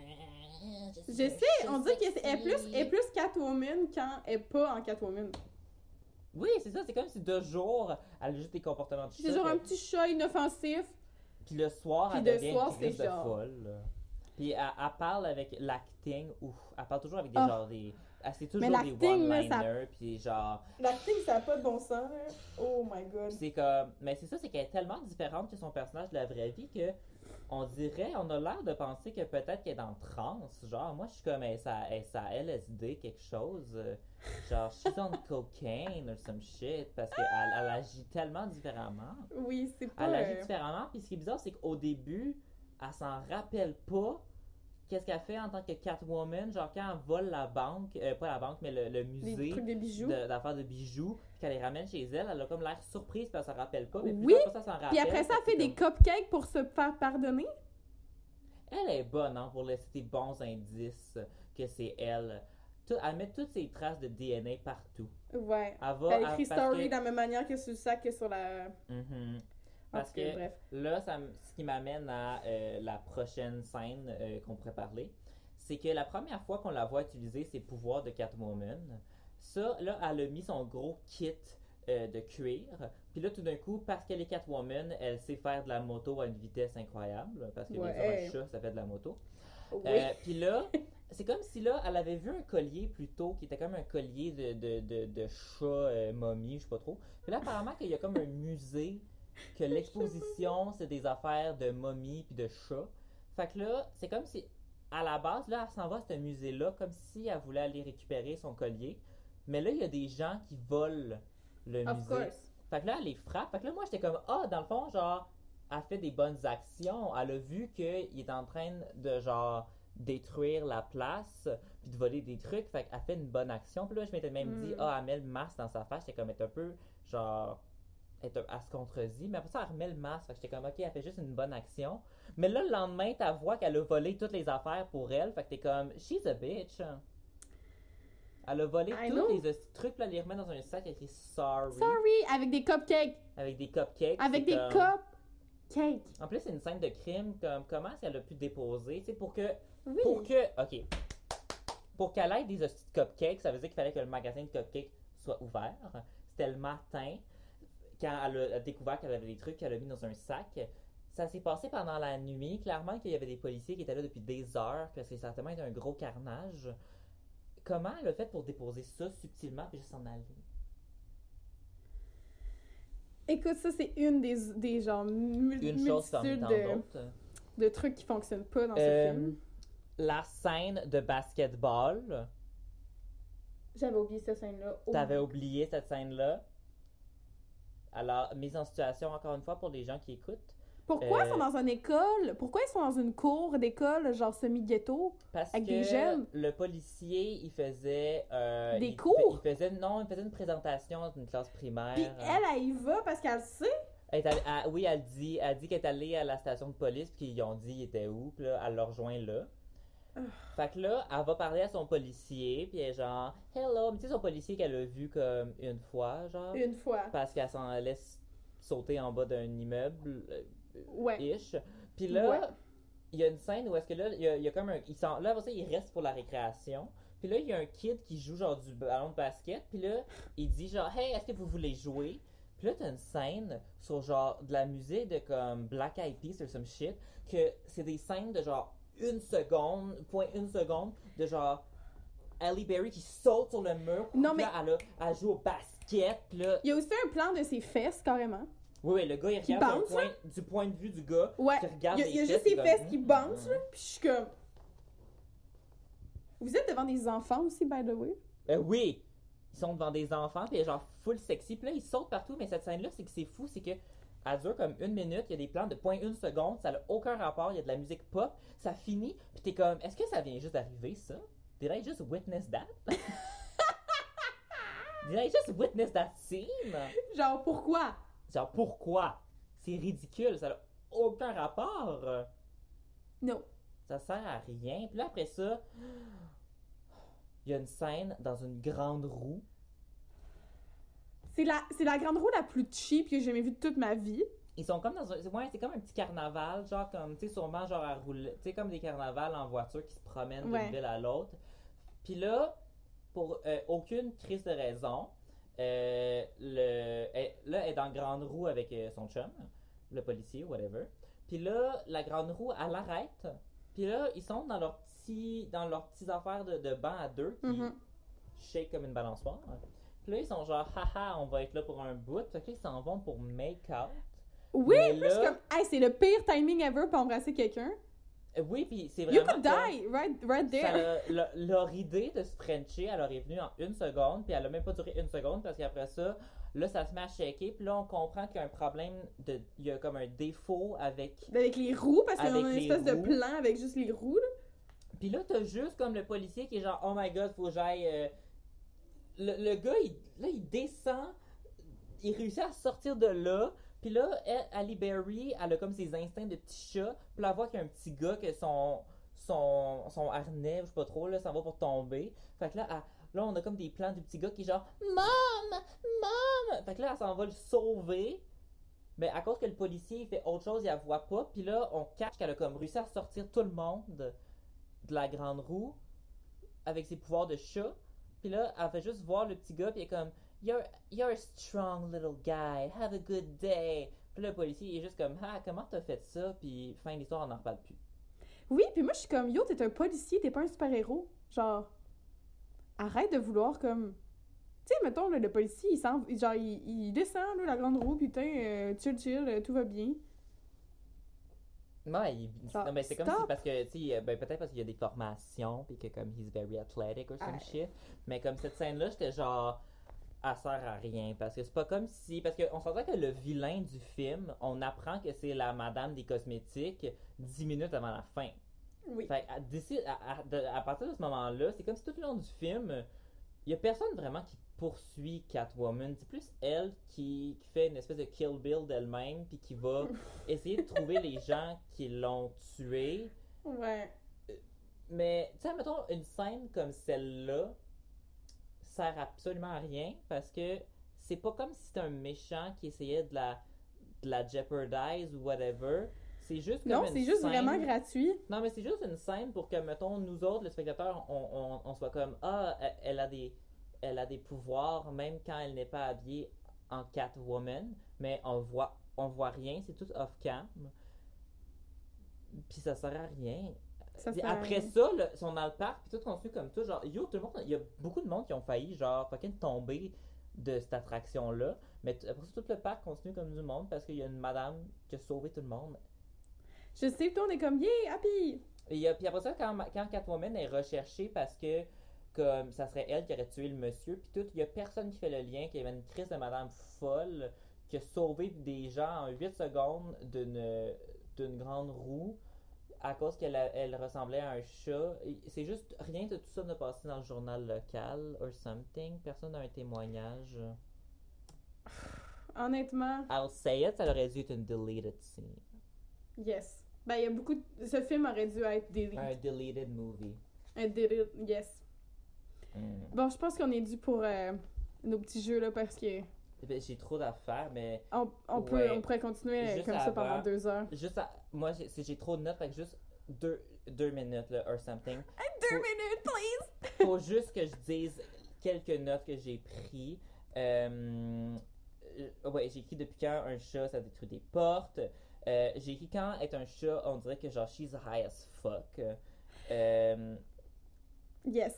Je sais, on dit qu'elle est plus Catwoman quand elle est pas en Catwoman. Oui, c'est ça, c'est comme si de jour, elle a juste des comportements de chat. C'est genre un petit chat inoffensif. Puis le soir, Puis elle le devient soir, une crise c'est de genre... folle. Puis elle parle avec l'acting, ouf, elle parle toujours avec des genre des... C'est toujours mais des l'acting, là, one-liners, puis genre... L'acting, ça n'a pas de bon sens, là. Oh my god. C'est comme... Mais c'est ça, c'est qu'elle est tellement différente que son personnage de la vraie vie que... On dirait, on a l'air de penser que peut-être qu'elle est dans le trance. Genre, moi, je suis comme, elle LSD, quelque chose. Genre, she's on cocaine or some shit. Parce qu'elle agit tellement différemment. Oui, c'est pas... Elle agit différemment. Puis ce qui est bizarre, c'est qu'au début, elle s'en rappelle pas. Qu'est-ce qu'elle fait en tant que Catwoman? Genre, quand elle vole la banque, pas la banque, mais le musée. Des trucs de bijoux. D'affaires de bijoux. Puis qu'elle les ramène chez elle. Elle a comme l'air surprise parce qu'elle s'en rappelle pas. Mais Oui. ça s'en rappelle. Puis après ça, elle fait des comme... cupcakes pour se faire pardonner. Elle est bonne, hein, pour laisser des bons indices que c'est elle. Elle met toutes ses traces de DNA partout. Ouais. Elle écrit Story de la même manière que sur le sac que sur la... Parce En tout cas, que bref. là, ce qui m'amène à la prochaine scène qu'on pourrait parler, c'est que la première fois qu'on la voit utiliser ses pouvoirs de Catwoman, ça, là, elle a mis son gros kit de cuir. Puis là, tout d'un coup, parce qu'elle est Catwoman, elle sait faire de la moto à une vitesse incroyable. Parce que bien sûr, un chat, ça fait de la moto. Oui. Puis là, c'est comme si là, elle avait vu un collier plus tôt qui était comme un collier de chat momie, je sais pas trop. Puis là, apparemment qu'il y a comme un musée, que l'exposition, c'est des affaires de momies puis de chats. Fait que là, c'est comme si, à la base, là, elle s'en va à ce musée-là comme si elle voulait aller récupérer son collier. Mais là, il y a des gens qui volent le Of musée. course. Fait que là, elle les frappe. Fait que là, moi, j'étais comme, dans le fond, genre, elle fait des bonnes actions. Elle a vu qu'il est en train de, genre, détruire la place puis de voler des trucs. Fait qu'elle fait une bonne action. Puis là, je m'étais même dit, elle met le masque dans sa face. J'étais comme, elle est un peu, genre... Elle se contredit, mais après ça, elle remet le masque. Fait que j'étais comme, ok, elle fait juste une bonne action. Mais là, le lendemain, t'as vois qu'elle a volé toutes les affaires pour elle. Fait que t'es comme, she's a bitch. Elle a volé tous les trucs, là, elle les remet dans un sac écrit sorry. Sorry, avec des cupcakes. Avec des cupcakes. Avec des cupcakes. En plus, c'est une scène de crime. Comme, comment est-ce qu'elle a pu déposer? Tu sais, pour que. Oui. Ok. Pour qu'elle ait des hosties de cupcakes, ça veut dire qu'il fallait que le magasin de cupcakes soit ouvert. C'était le matin. Quand elle a découvert qu'elle avait des trucs qu'elle a mis dans un sac, ça s'est passé pendant la nuit. Clairement qu'il y avait des policiers qui étaient là depuis des heures, parce que ça a tellement été un gros carnage. Comment elle a fait pour déposer ça subtilement et juste s'en aller? Écoute, ça, c'est une des genre Une chose parmi tant d'autres. De trucs qui fonctionnent pas dans ce film. La scène de basketball. J'avais oublié cette scène-là. T'avais oublié cette scène-là? Alors, mise en situation encore une fois pour les gens qui écoutent. Pourquoi ils sont dans une école? Pourquoi ils sont dans une cour d'école, genre semi-ghetto, avec des jeunes? Le policier, il faisait... des cours? Il faisait une présentation d'une classe primaire. Puis elle y va parce qu'elle sait? Oui, elle dit qu'elle est allée à la station de police, puis qu'ils ont dit il était où, puis là, elle le rejoint là. Fait que là, elle va parler à son policier, puis elle est genre « Hello », mais tu sais son policier qu'elle a vu comme une fois, genre. Une fois. Parce qu'elle s'en laisse sauter en bas d'un immeuble, ouais. Ish. Puis là, il y a une scène où est-ce que là, il y a comme un... Là, après ça, il reste pour la récréation. Puis là, il y a un kid qui joue genre du ballon de basket, puis là, il dit genre « Hey, est-ce que vous voulez jouer? » Puis là, t'as une scène sur genre de la musique de comme Black Eyed Peas or some shit, que c'est des scènes de genre 1 seconde, 0.1 seconde, de genre Halle Berry qui saute sur le mur. Non, Puis là, elle joue au basket. Puis là, Il y a aussi un plan de ses fesses, carrément. oui, le gars, il Qui regarde bounce, du point de vue du gars. Ouais. Qui regarde Il y a les juste fesses, ses comme, fesses qui bounce, là. Puis je suis comme... Vous êtes devant des enfants aussi, by the way? Oui, ils sont devant des enfants, puis genre full sexy. Puis là, ils sautent partout, mais cette scène-là, c'est que c'est fou, c'est que elle dure comme 1 minute, il y a des plans de 0.1 seconde, ça n'a aucun rapport, il y a de la musique pop, ça finit, puis t'es comme, est-ce que ça vient juste d'arriver, ça? Did I just witness that? Did I just witness that scene? Genre, pourquoi? Genre, pourquoi? C'est ridicule, ça n'a aucun rapport. Non. Ça sert à rien. Puis là, après ça, il y a une scène dans une grande roue. C'est la grande roue la plus cheap que j'ai jamais vue de toute ma vie. Ils sont comme dans un... Ouais, c'est comme un petit carnaval, genre comme, tu sais, sûrement genre à rouler... Tu sais, comme des carnavals en voiture qui se promènent d'une ville à l'autre. Puis là, pour aucune crise de raison, là, elle est dans la grande roue avec son chum, le policier, whatever. Puis là, la grande roue, elle arrête. Puis là, ils sont dans leurs petits affaires de banc à deux qui shake comme une balançoire. Puis là, ils sont genre, haha, on va être là pour un bout. Fait que là, ils s'en vont pour make out. Oui, Mais puis là- je suis comme, hey, c'est le pire timing ever pour embrasser quelqu'un. Oui, puis c'est You vraiment... could die right there. Leur idée de se frencher, elle leur est venue en 1 seconde, puis elle a même pas duré 1 seconde, parce qu'après ça, là, ça se met à shaker, puis là, on comprend qu'il y a un problème il y a comme un défaut avec... Avec les roues, parce qu'on a Avec une les espèce de roues. plan avec juste les roues, là. Puis là, t'as juste comme le policier qui est genre, oh my god, faut que j'aille... Le gars, il descend, il réussit à sortir de là, puis là, Halle Berry, elle a comme ses instincts de petit chat, puis là, elle voit qu'il y a un petit gars que son harnais, je sais pas trop, là, ça va pour tomber. Fait que là, là, on a comme des plans du petit gars qui est genre, Mom! Mom! Fait que là, elle s'en va le sauver. Mais à cause que le policier il fait autre chose, il la voit pas. Puis là, on cache qu'elle a comme réussi à sortir tout le monde de la grande roue avec ses pouvoirs de chat. Puis là, elle fait juste voir le petit gars, puis elle est comme You're a strong little guy, have a good day. Puis là, le policier il est juste comme Ah, comment t'as fait ça? Puis fin de l'histoire, on n'en reparle plus. Oui, puis moi, je suis comme, yo, t'es un policier, t'es pas un super-héros. Genre, arrête de vouloir comme... Tu sais, mettons, là, le policier, il descend, là, la grande roue, putain, chill, tout va bien. Ouais, Genre, non, mais c'est comme stop. si, parce que, tu sais, ben, peut-être parce qu'il y a des formations, puis que comme he's very athletic or some Ouais. shit. Mais comme cette scène-là, j'étais genre, elle sert à rien. Parce que c'est pas comme si. Parce qu'on s'entend que le vilain du film, on apprend que c'est la madame des cosmétiques 10 minutes avant la fin. Oui. Fait à partir de ce moment-là, c'est comme si tout le long du film, il y a personne vraiment qui poursuit Catwoman. C'est plus elle qui fait une espèce de Kill Bill d'elle-même, puis qui va essayer de trouver les gens qui l'ont tuée. Ouais. Mais, tu sais, mettons, une scène comme celle-là sert absolument à rien, parce que c'est pas comme si c'était un méchant qui essayait de la jeopardize ou whatever. C'est juste comme Non, une c'est juste scène- vraiment gratuit. Non, mais c'est juste une scène pour que, mettons, nous autres, le spectateur, on soit comme Ah, elle a des pouvoirs, même quand elle n'est pas habillée en Catwoman, mais on voit rien, c'est tout off-cam. Puis ça sert à rien. Ça Puis sert à après rien. ça, ils sont dans le parc, puis tout continue comme tout, genre, yo, tout le monde, il y a beaucoup de monde qui ont failli, genre, fucking tomber de cette attraction-là, mais après ça, tout le parc continue comme du monde, parce qu'il y a une madame qui a sauvé tout le monde. Je sais, puis on est comme, yeah, happy! Puis après ça, quand Catwoman est recherchée parce que comme ça serait elle qui aurait tué le monsieur, puis tout, il y a personne qui fait le lien qu'il y avait une crise de madame folle qui a sauvé des gens en 8 secondes d'une grande roue à cause elle ressemblait à un chat. C'est juste rien de tout ça n'a passé dans le journal local or something. Personne n'a un témoignage. Honnêtement, I'll say it, ça aurait dû être une deleted scene. yes. Ben, il y a beaucoup de... Ce film aurait dû être deleted. Un deleted movie. Un deleted, yes. Mm. Bon, je pense qu'on est dû pour nos petits jeux, là, parce que Ben, j'ai trop d'affaires, mais on Ouais. on pourrait continuer Juste comme ça avant. pendant 2 heures. juste moi j'ai trop de notes, fait que juste deux minutes là, or something. 2 Faut- minutes, please! Faut juste que je dise quelques notes que j'ai pris. Ouais, j'ai écrit depuis quand un chat, ça détruit des portes. J'ai écrit quand être un chat, on dirait que genre, she's high as fuck. Yes.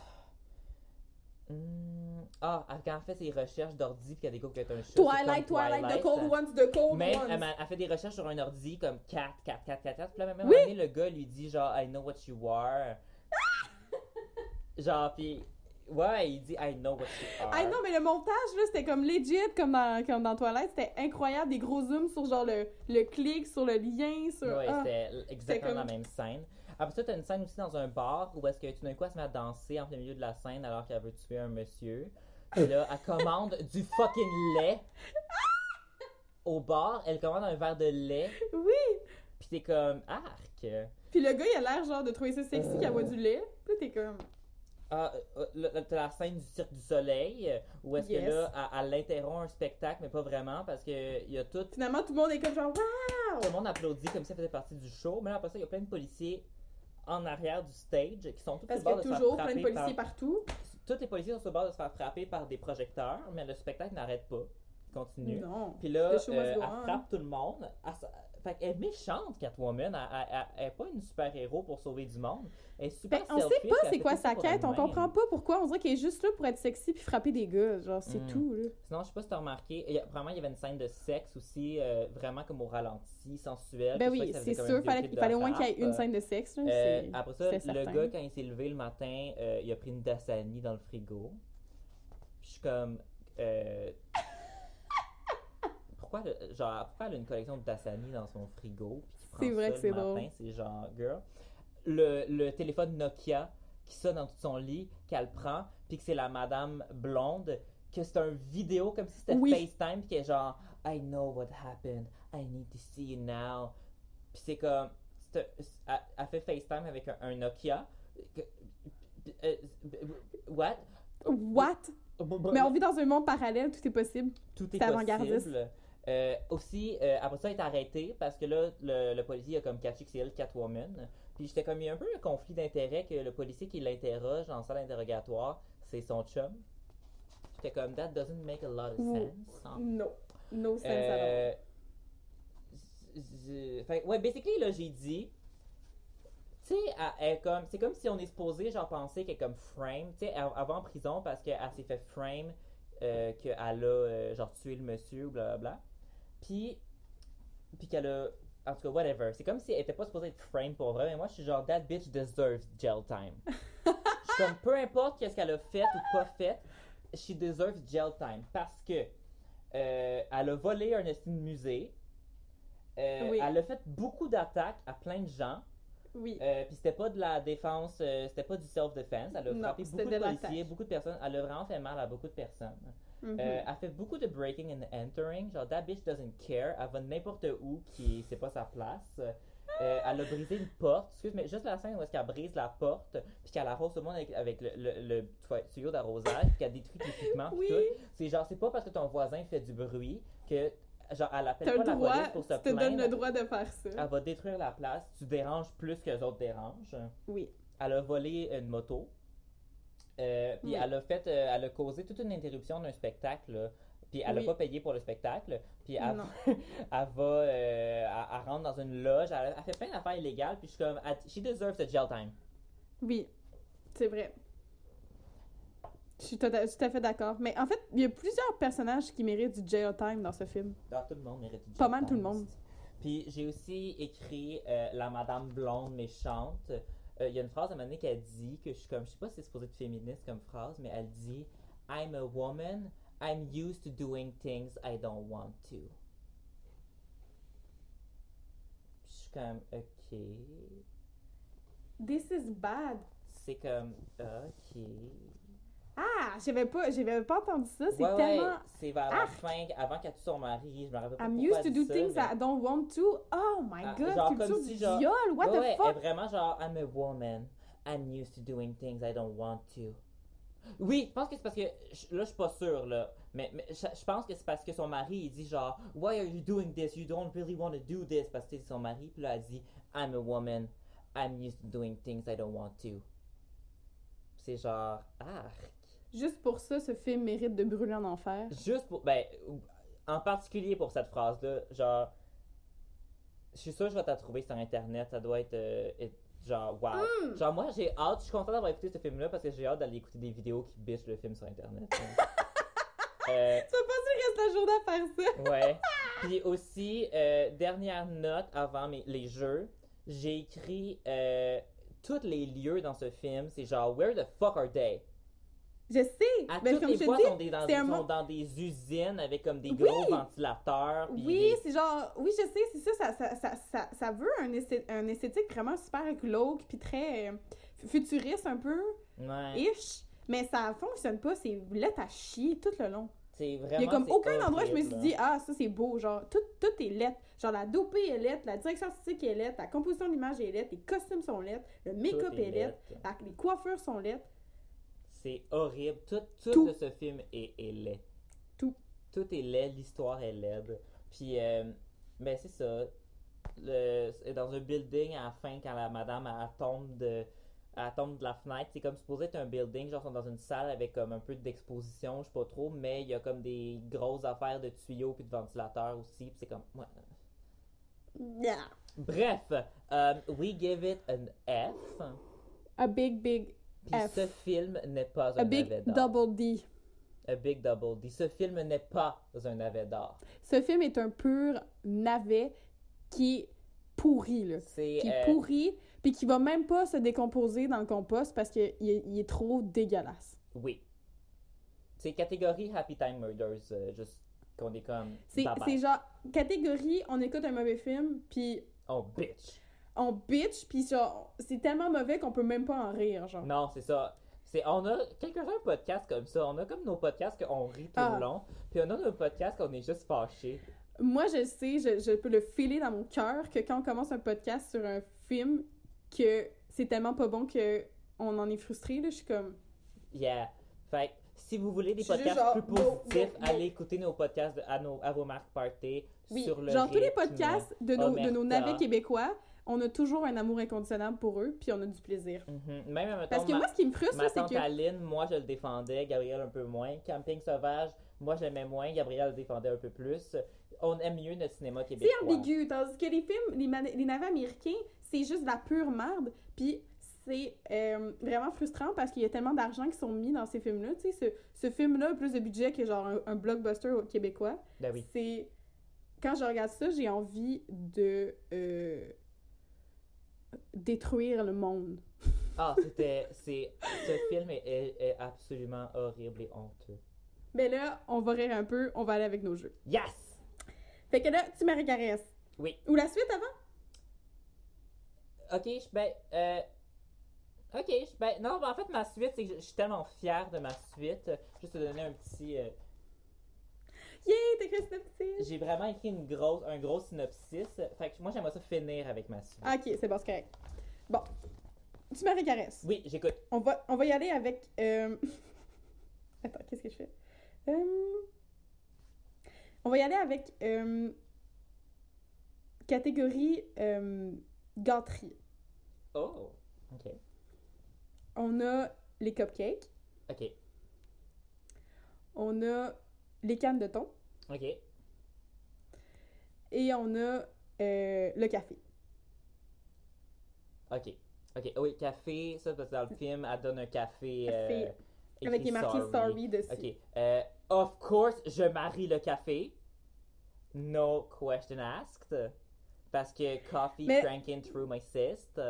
Quand elle fait ses recherches d'ordi puis qu'elle découvre qu'elle est un chat. Twilight, c'est comme the cold ones, the cold Même, ones. elle fait des recherches sur un ordi comme 4. Puis là, même Oui. à un moment donné, le gars lui dit genre, I know what you are. Genre, puis ouais, il dit I know what you are. Ah non, mais le montage, là, c'était comme legit, comme dans Twilight. C'était incroyable, des gros zooms sur genre le clic, sur le lien, sur... Ouais, Ah. c'était exactement comme- la même scène. Après ça, t'as une scène aussi dans un bar où est-ce que tout d'un coup, elle se met à danser en plein milieu de la scène alors qu'elle veut tuer un monsieur. Puis là, elle commande du fucking lait. Au bar, elle commande un verre de lait. Oui! Puis t'es comme, arc. Puis le gars, il a l'air genre de trouver ça sexy qu'il boit du lait. Puis là, t'es comme... T'as la scène du Cirque du Soleil où est-ce Yes. que là, elle interrompt un spectacle, mais pas vraiment parce que il y a tout. Finalement, tout le monde est comme genre... Wow! Tout le monde applaudit comme si ça faisait partie du show. Mais là, après ça, il y a plein de policiers en arrière du stage qui sont tous Parce sur le bord que de se toujours faire plein de frapper policiers partout. Tous les policiers sont sur le bord de se faire frapper par des projecteurs, mais le spectacle n'arrête pas. Il continue. Non. Puis là, The show must elle go on. frappe tout le monde. Fait qu'elle est méchante, Catwoman. Elle est pas une super-héros pour sauver du monde. Elle est super Ben, on sait selfish, pas elle c'est fait quoi tout ça sa pour quête, on elle-même. comprend pas pourquoi. On dirait qu'elle est juste là pour être sexy puis frapper des gars. Genre, c'est Mm. tout, là. Sinon, je sais pas si t'as remarqué, vraiment, il y avait une scène de sexe aussi, vraiment comme au ralenti, sensuel. Ben Puis je oui, trouvais que ça c'est faisait comme sûr, un vidéoclip il fallait de au moins qu'il y ait rap. une scène de sexe, là. Après ça, c'est le certain. gars, quand il s'est levé le matin, il a pris une Dasani dans le frigo. Puis je suis comme... pourquoi elle a une collection de Dasani dans son frigo? Puis qu'il prend C'est vrai ça que le c'est matin, drôle. c'est genre, girl. Le téléphone Nokia qui sonne dans tout son lit, qu'elle prend, puis que c'est la madame blonde, que c'est un vidéo comme si c'était Oui. FaceTime, puis qu'elle est genre, I know what happened, I need to see you now. Puis c'est comme, elle fait FaceTime avec un Nokia. What? What? Mais on vit dans un monde parallèle, tout est possible. Tout est C'est avant-gardiste. possible. Aussi, après ça, elle est arrêtée parce que là, le policier a comme catché que c'est elle Catwoman. Puis j'étais comme, il y a un peu un conflit d'intérêt que le policier qui l'interroge en salle d'interrogatoire, c'est son chum. J'étais comme, that doesn't make a lot of sense. No. No sense at all. Ouais, basically, là, j'ai dit, tu sais, c'est comme si on est supposé, genre, penser qu'elle est comme frame. Tu sais, elle va en prison parce qu'elle s'est fait frame, qu'elle a, genre, tué le monsieur ou blablabla. Puis qu'elle a. En tout cas, whatever. C'est comme si elle était pas supposée être frame pour vrai, mais moi, je suis genre, that bitch deserves jail time. Je suis comme, peu importe qu'est-ce qu'elle a fait ou pas fait, she deserves jail time. Parce que elle a volé un estime de musée. Oui. Elle a fait beaucoup d'attaques à plein de gens. Oui. Puis c'était pas de la défense, c'était pas du self-defense. Elle a Non, frappé c'était beaucoup de de policiers, l'attaque. beaucoup de personnes. Elle a vraiment fait mal à beaucoup de personnes. Mhm. Elle fait beaucoup de breaking and entering. Genre, that bitch doesn't care. Elle va n'importe où qui c'est pas sa place. Elle a brisé une porte. Excuse, mais juste la scène où est-ce qu'elle brise la porte, puis qu'elle arrose tout le monde avec le tuyau d'arrosage, puis qu'elle détruit l'équipement, puis Oui. tout. C'est genre, c'est pas parce que ton voisin fait du bruit que, genre, elle appelle T'as pas le la droit, police pour se tu te donnes plaindre. le droit de faire ça. Elle va détruire la place. Tu déranges plus que les autres dérangent. Oui. Elle a volé une moto. Puis Oui. elle a causé toute une interruption d'un spectacle. Là. Puis elle a Oui. pas payé pour le spectacle. Puis elle, Non. elle va, elle rentre dans une loge. Elle fait plein d'affaires illégales. Puis je suis comme, she deserves the jail time. Oui. C'est vrai. Je suis tout à fait d'accord. Mais en fait, il y a plusieurs personnages qui méritent du jail time dans ce film. Ah, tout le monde mérite du Pas jail mal tout le time. monde. Puis j'ai aussi écrit la madame blonde méchante. Il y a une phrase à un moment donné qu'elle dit, que je suis comme, je sais pas si c'est supposé être féministe comme phrase, mais elle dit I'm a woman, I'm used to doing things I don't want to. Puis je suis comme, ok. This is bad. C'est comme, ok. Ah, j'avais pas entendu ça. C'est Ouais, tellement. c'est vers la Arc. fin, avant qu'elle tue son mari. Je me rappelle pas I'm pourquoi used to elle do dit ça, things mais- I don't want to. Oh my Ah, god, genre culture comme du si, genre- viol. What Ouais, the ouais, fuck? elle est vraiment genre, I'm a woman. I'm used to doing things I don't want to. Oui, je pense que c'est parce que, là, je suis pas sûr, là. Mais je pense que c'est parce que son mari, il dit genre, Why are you doing this? You don't really want to do this. Parce que c'est son mari, puis là, elle dit, I'm a woman. I'm used to doing things I don't want to. C'est genre, arc. Juste pour ça, ce film mérite de brûler en enfer. Juste pour, ben, en particulier pour cette phrase-là, genre, je suis sûre que je vais t'en trouver sur Internet, ça doit être, genre, wow. Genre, moi, j'ai hâte, je suis content d'avoir écouté ce film-là parce que j'ai hâte d'aller écouter des vidéos qui bitchent le film sur Internet. Tu vas passer le reste de la journée à faire ça. Ouais. Puis aussi, dernière note avant les jeux, j'ai écrit tous les lieux dans ce film, c'est genre, where the fuck are they? Je sais. À Ben, toutes comme les je te fois, dis, ils un sont dans des usines avec comme des gros ventilateurs. Puis Oui, c'est genre... Oui, je sais, c'est ça. Ça veut un esthétique vraiment super glauque puis très futuriste un peu, Ouais. ish. Mais ça fonctionne pas. C'est laid à chier tout le long. C'est vraiment. Il y a comme c'est aucun endroit où je me horrible, suis dit, ah, ça c'est beau. Genre, tout est laid. Genre, la dopée est laide, la direction artistique est laide, la composition de l'image est laide, les costumes sont laids, le make-up Tout est est laid, laid. les coiffures sont laides. C'est horrible. Tout Tout. de ce film est laid. Tout. Tout est laid, l'histoire est laide. Puis, ben c'est ça. Dans un building, à la fin, quand la madame elle tombe de la fenêtre, c'est comme supposé être un building, genre, ils sont dans une salle avec comme un peu d'exposition, je sais pas trop, mais il y a comme des grosses affaires de tuyaux puis de ventilateurs aussi, puis c'est comme... Ouais. Yeah. Bref, we give it an F. A big Puis F. ce film n'est pas A un big navet d'or. double D. A big double D. Ce film n'est pas un navet d'or. Ce film est un pur navet qui est pourri, là. C'est... Qui est pourri, puis qui va même pas se décomposer dans le compost parce qu'il est trop dégueulasse. Oui. C'est catégorie Happy Time Murders, juste qu'on est comme... C'est genre, catégorie, on écoute un mauvais film, puis Oh, bitch. on bitch, puis genre, c'est tellement mauvais qu'on peut même pas en rire, genre. Non, c'est ça. On a quelques-uns podcasts comme ça. On a comme nos podcasts qu'on rit tout Ah. le long. Puis on a nos podcasts qu'on est juste fâchés. Moi, je sais, je peux le filer dans mon cœur que quand on commence un podcast sur un film, que c'est tellement pas bon que on en est frustré, là, je suis comme... Yeah. Fait que si vous voulez des Je suis podcasts genre, plus positifs, go. allez écouter nos podcasts à vos marques party Oui, sur le genre tous les rythme, podcasts de nos omerta. navets québécois, on a toujours un amour inconditionnel pour eux, puis on a du plaisir. Mhm. Même, mettons, Parce que moi, ce qui me frustre, ma là, c'est tante que... Aline, moi je le défendais, Gabriel un peu moins. Camping Sauvage, moi je l'aimais moins, Gabriel le défendait un peu plus. On aime mieux notre cinéma C'est québécois. ambigu, tandis que les films, les navets américains, c'est juste de la pure merde, puis c'est vraiment frustrant parce qu'il y a tellement d'argent qui sont mis dans ces films-là, tu sais, ce film-là a plus de budget que genre un blockbuster québécois. Ben oui. C'est... Quand je regarde ça, j'ai envie de détruire le monde. Ah, ce film est absolument horrible et honteux. Mais là, on va rire un peu, on va aller avec nos jeux. Yes! Fait que là, tu Marie-Caresse. Oui. Ou la suite avant? Ok, non, en fait, ma suite, c'est que je suis tellement fière de ma suite. Juste te donner un petit... Yeah, t'as écrit un synopsis! J'ai vraiment écrit un gros synopsis. Fait que moi, j'aimerais ça finir avec ma suite. Ah, ok, c'est bon, c'est correct. Bon. Tu Marie-Caresse. Oui, j'écoute. On va y aller avec... Attends, qu'est-ce que je fais? On va y aller avec catégorie gâterie. Oh, ok. On a les cupcakes. Ok, On a les cannes de thon. ok. Et on a le café. Ok. Oui, café, ça, parce que dans le film, elle donne un café. Café. Écrit Avec les marqués sorry dessus. Ok. Of course, je marie le café. No question asked. Parce que coffee Mais- cranking through my cyst.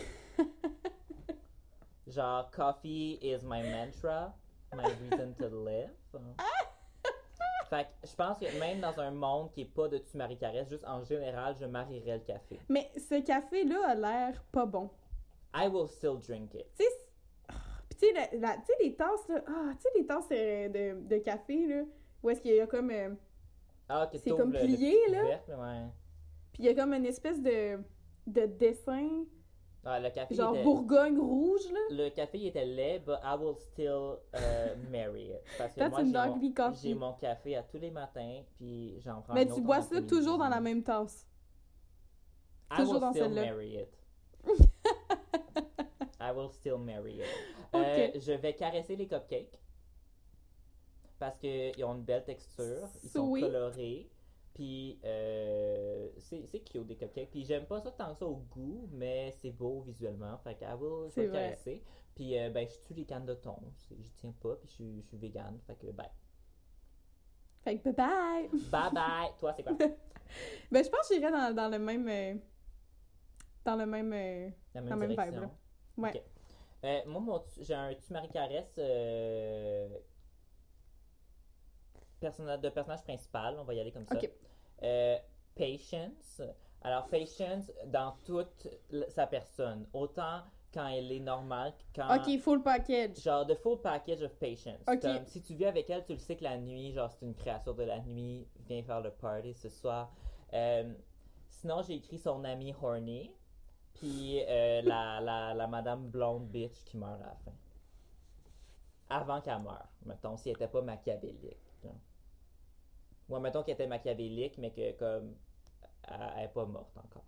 Genre, coffee is my mantra. My reason to live. Fait que je pense que même dans un monde qui est pas de tu Marie-Caresse, juste en général, je marierais le café. Mais ce café-là a l'air pas bon. I will still drink it. Tu sais, puis tu sais, tu sais, les tasses, là, tu sais, les tasses de café, là, où est-ce qu'il y a comme... Ah, que C'est t'ouvres comme le plié, petit là. couvercle, ouais. Puis il y a comme une espèce de dessin, Ah, le café genre était... Bourgogne rouge, là. Le café il était laid, but I will still marry it. Parce que That's moi, an ugly coffee. j'ai mon café à tous les matins, puis j'en prends Mais un tu autre bois en ça après-midi. toujours dans la même tasse. I toujours will dans still celle-là. marry it. I will still marry it. Ok. Je vais caresser les cupcakes. parce qu'ils ont une belle texture, ils sont Sweet. colorés, puis c'est cute des cupcakes. Puis j'aime pas ça tant que ça au goût, mais c'est beau visuellement, fait que je C'est vais le vrai. caresser. Puis ben je tue les cannes de thon, j'y tiens pas, puis je suis vegan, fait que bye. Fait que bye! Bye bye! Toi, c'est quoi? Ben, je pense que j'irais dans le même... dans le même... La la même même direction. vibe, là. Ouais. Ok. Moi, j'ai un tu-marie-caresse de personnage principal. On va y aller comme ça. Ok. Patience. Alors, Patience dans toute sa personne. Autant quand elle est normale que quand... Ok, full package. Genre, the full package of Patience. Ok. Comme, si tu vis avec elle, tu le sais que la nuit, genre, c'est une créature de la nuit. Viens faire le party ce soir. Sinon, j'ai écrit son ami Horny. Puis la madame blonde bitch qui meurt à la fin. Avant qu'elle meure. Mettons, si elle était pas machiavélique. Genre. Ouais, mettons qu'elle était machiavélique, mais que comme elle est pas morte encore.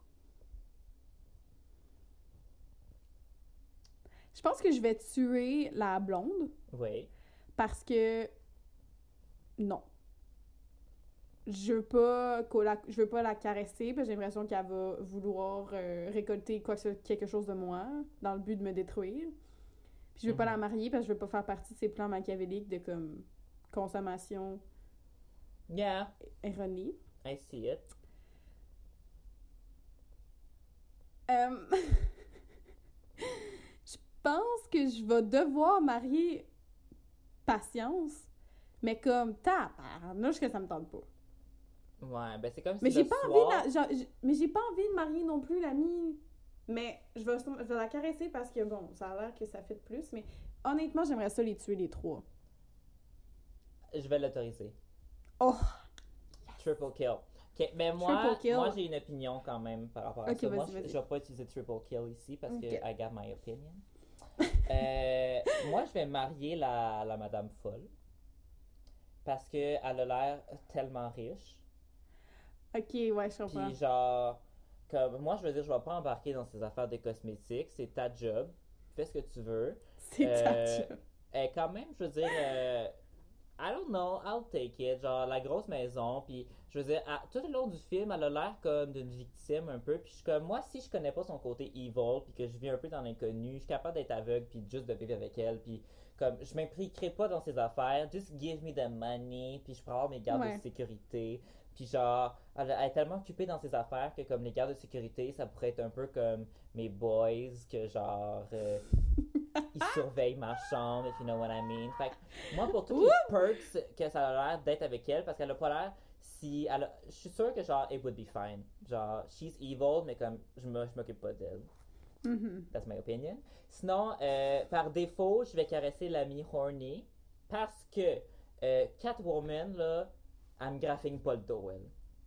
Je pense que je vais tuer la blonde Oui. parce que... Non. Je veux pas la caresser parce que j'ai l'impression qu'elle va vouloir récolter quelque chose de moi dans le but de me détruire. Puis je veux pas la marier parce que je veux pas faire partie de ses plans machiavéliques de comme consommation Yeah, erronée. I see it. Je pense que je vais devoir marier Patience, mais comme tabarnouche que ça me tente pas. Ouais, ben c'est comme si Mais j'ai le pas soir... mais j'ai pas envie de marier non plus l'amie. Mais je vais la caresser parce que bon, ça a l'air que ça fait de plus, mais honnêtement, j'aimerais ça les tuer les trois. Je vais l'autoriser. Oh! Triple kill. Ok, mais moi, Triple kill. moi j'ai une opinion quand même par rapport à Ok, ça. Moi, vas-y. je vais pas utiliser triple kill ici parce que Ok. I got my opinion. Moi, je vais marier la madame folle parce que elle a l'air tellement riche. Ok, ouais, je comprends. Puis genre, comme moi, je veux dire, je vais pas embarquer dans ces affaires de cosmétiques. C'est ta job. Fais ce que tu veux. C'est ta job. Quand même, je veux dire, I don't know, I'll take it. Genre, la grosse maison, puis je veux dire, tout le long du film, elle a l'air comme d'une victime un peu. Puis je suis comme, moi, si je connais pas son côté evil, puis que je vis un peu dans l'inconnu, je suis capable d'être aveugle, puis juste de vivre avec elle, puis comme, je m'impliquerai pas dans ses affaires. Just give me the money, puis je pourrais avoir mes gardes Ouais. de sécurité. Puis genre, elle est tellement occupée dans ses affaires que comme les gardes de sécurité, ça pourrait être un peu comme mes boys, que genre, ils surveillent ma chambre, if you know what I mean. Fait que moi, pour tous les perks que ça a l'air d'être avec elle, parce qu'elle a pas l'air, je suis sûre que genre, it would be fine. Genre, she's evil, mais comme, je m'occupe pas d'elle. Mhm. That's my opinion. Sinon, par défaut, je vais caresser l'ami Horny, parce que Catwoman, là, elle me graphine pas le dos, elle.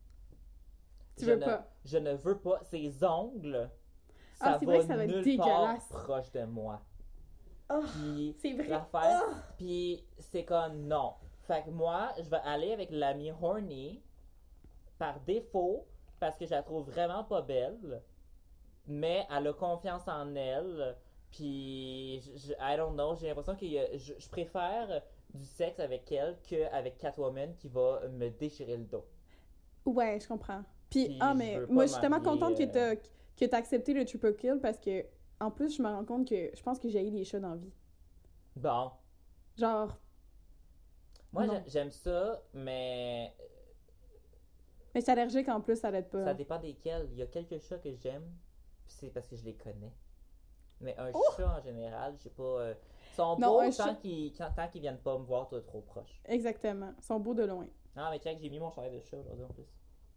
Tu veux pas? Je ne veux pas. Ses ongles, Ah, ça c'est va vrai que ça va être nulle part dégueulasse. proche de moi. Oh, Puis c'est vrai. l'affaire, Oh! puis c'est comme non. Fait que moi, je vais aller avec l'ami Horny par défaut parce que je la trouve vraiment pas belle, mais elle a confiance en elle. Puis I don't know, j'ai l'impression que je préfère du sexe avec elle qu'avec Catwoman qui va me déchirer le dos. Ouais, je comprends. Puis, Puis, mais je veux pas moi, je suis tellement marier, contente que t'as accepté le triple kill parce que, en plus, je me rends compte que je pense que j'ai les chats dans la vie. Bon, Genre, moi Non. j'aime ça, mais mais je suis allergique en plus, ça l'aide pas. ça dépend desquels. Il y a quelques chats que j'aime, puis c'est parce que je les connais. Mais un chat en général, je sais pas. Ils sont Non, beaux un tant chat- qu'ils viennent pas me voir trop proche. Exactement. Ils sont beaux de loin. Ah, mais check, j'ai mis mon chandail de chat aujourd'hui en plus.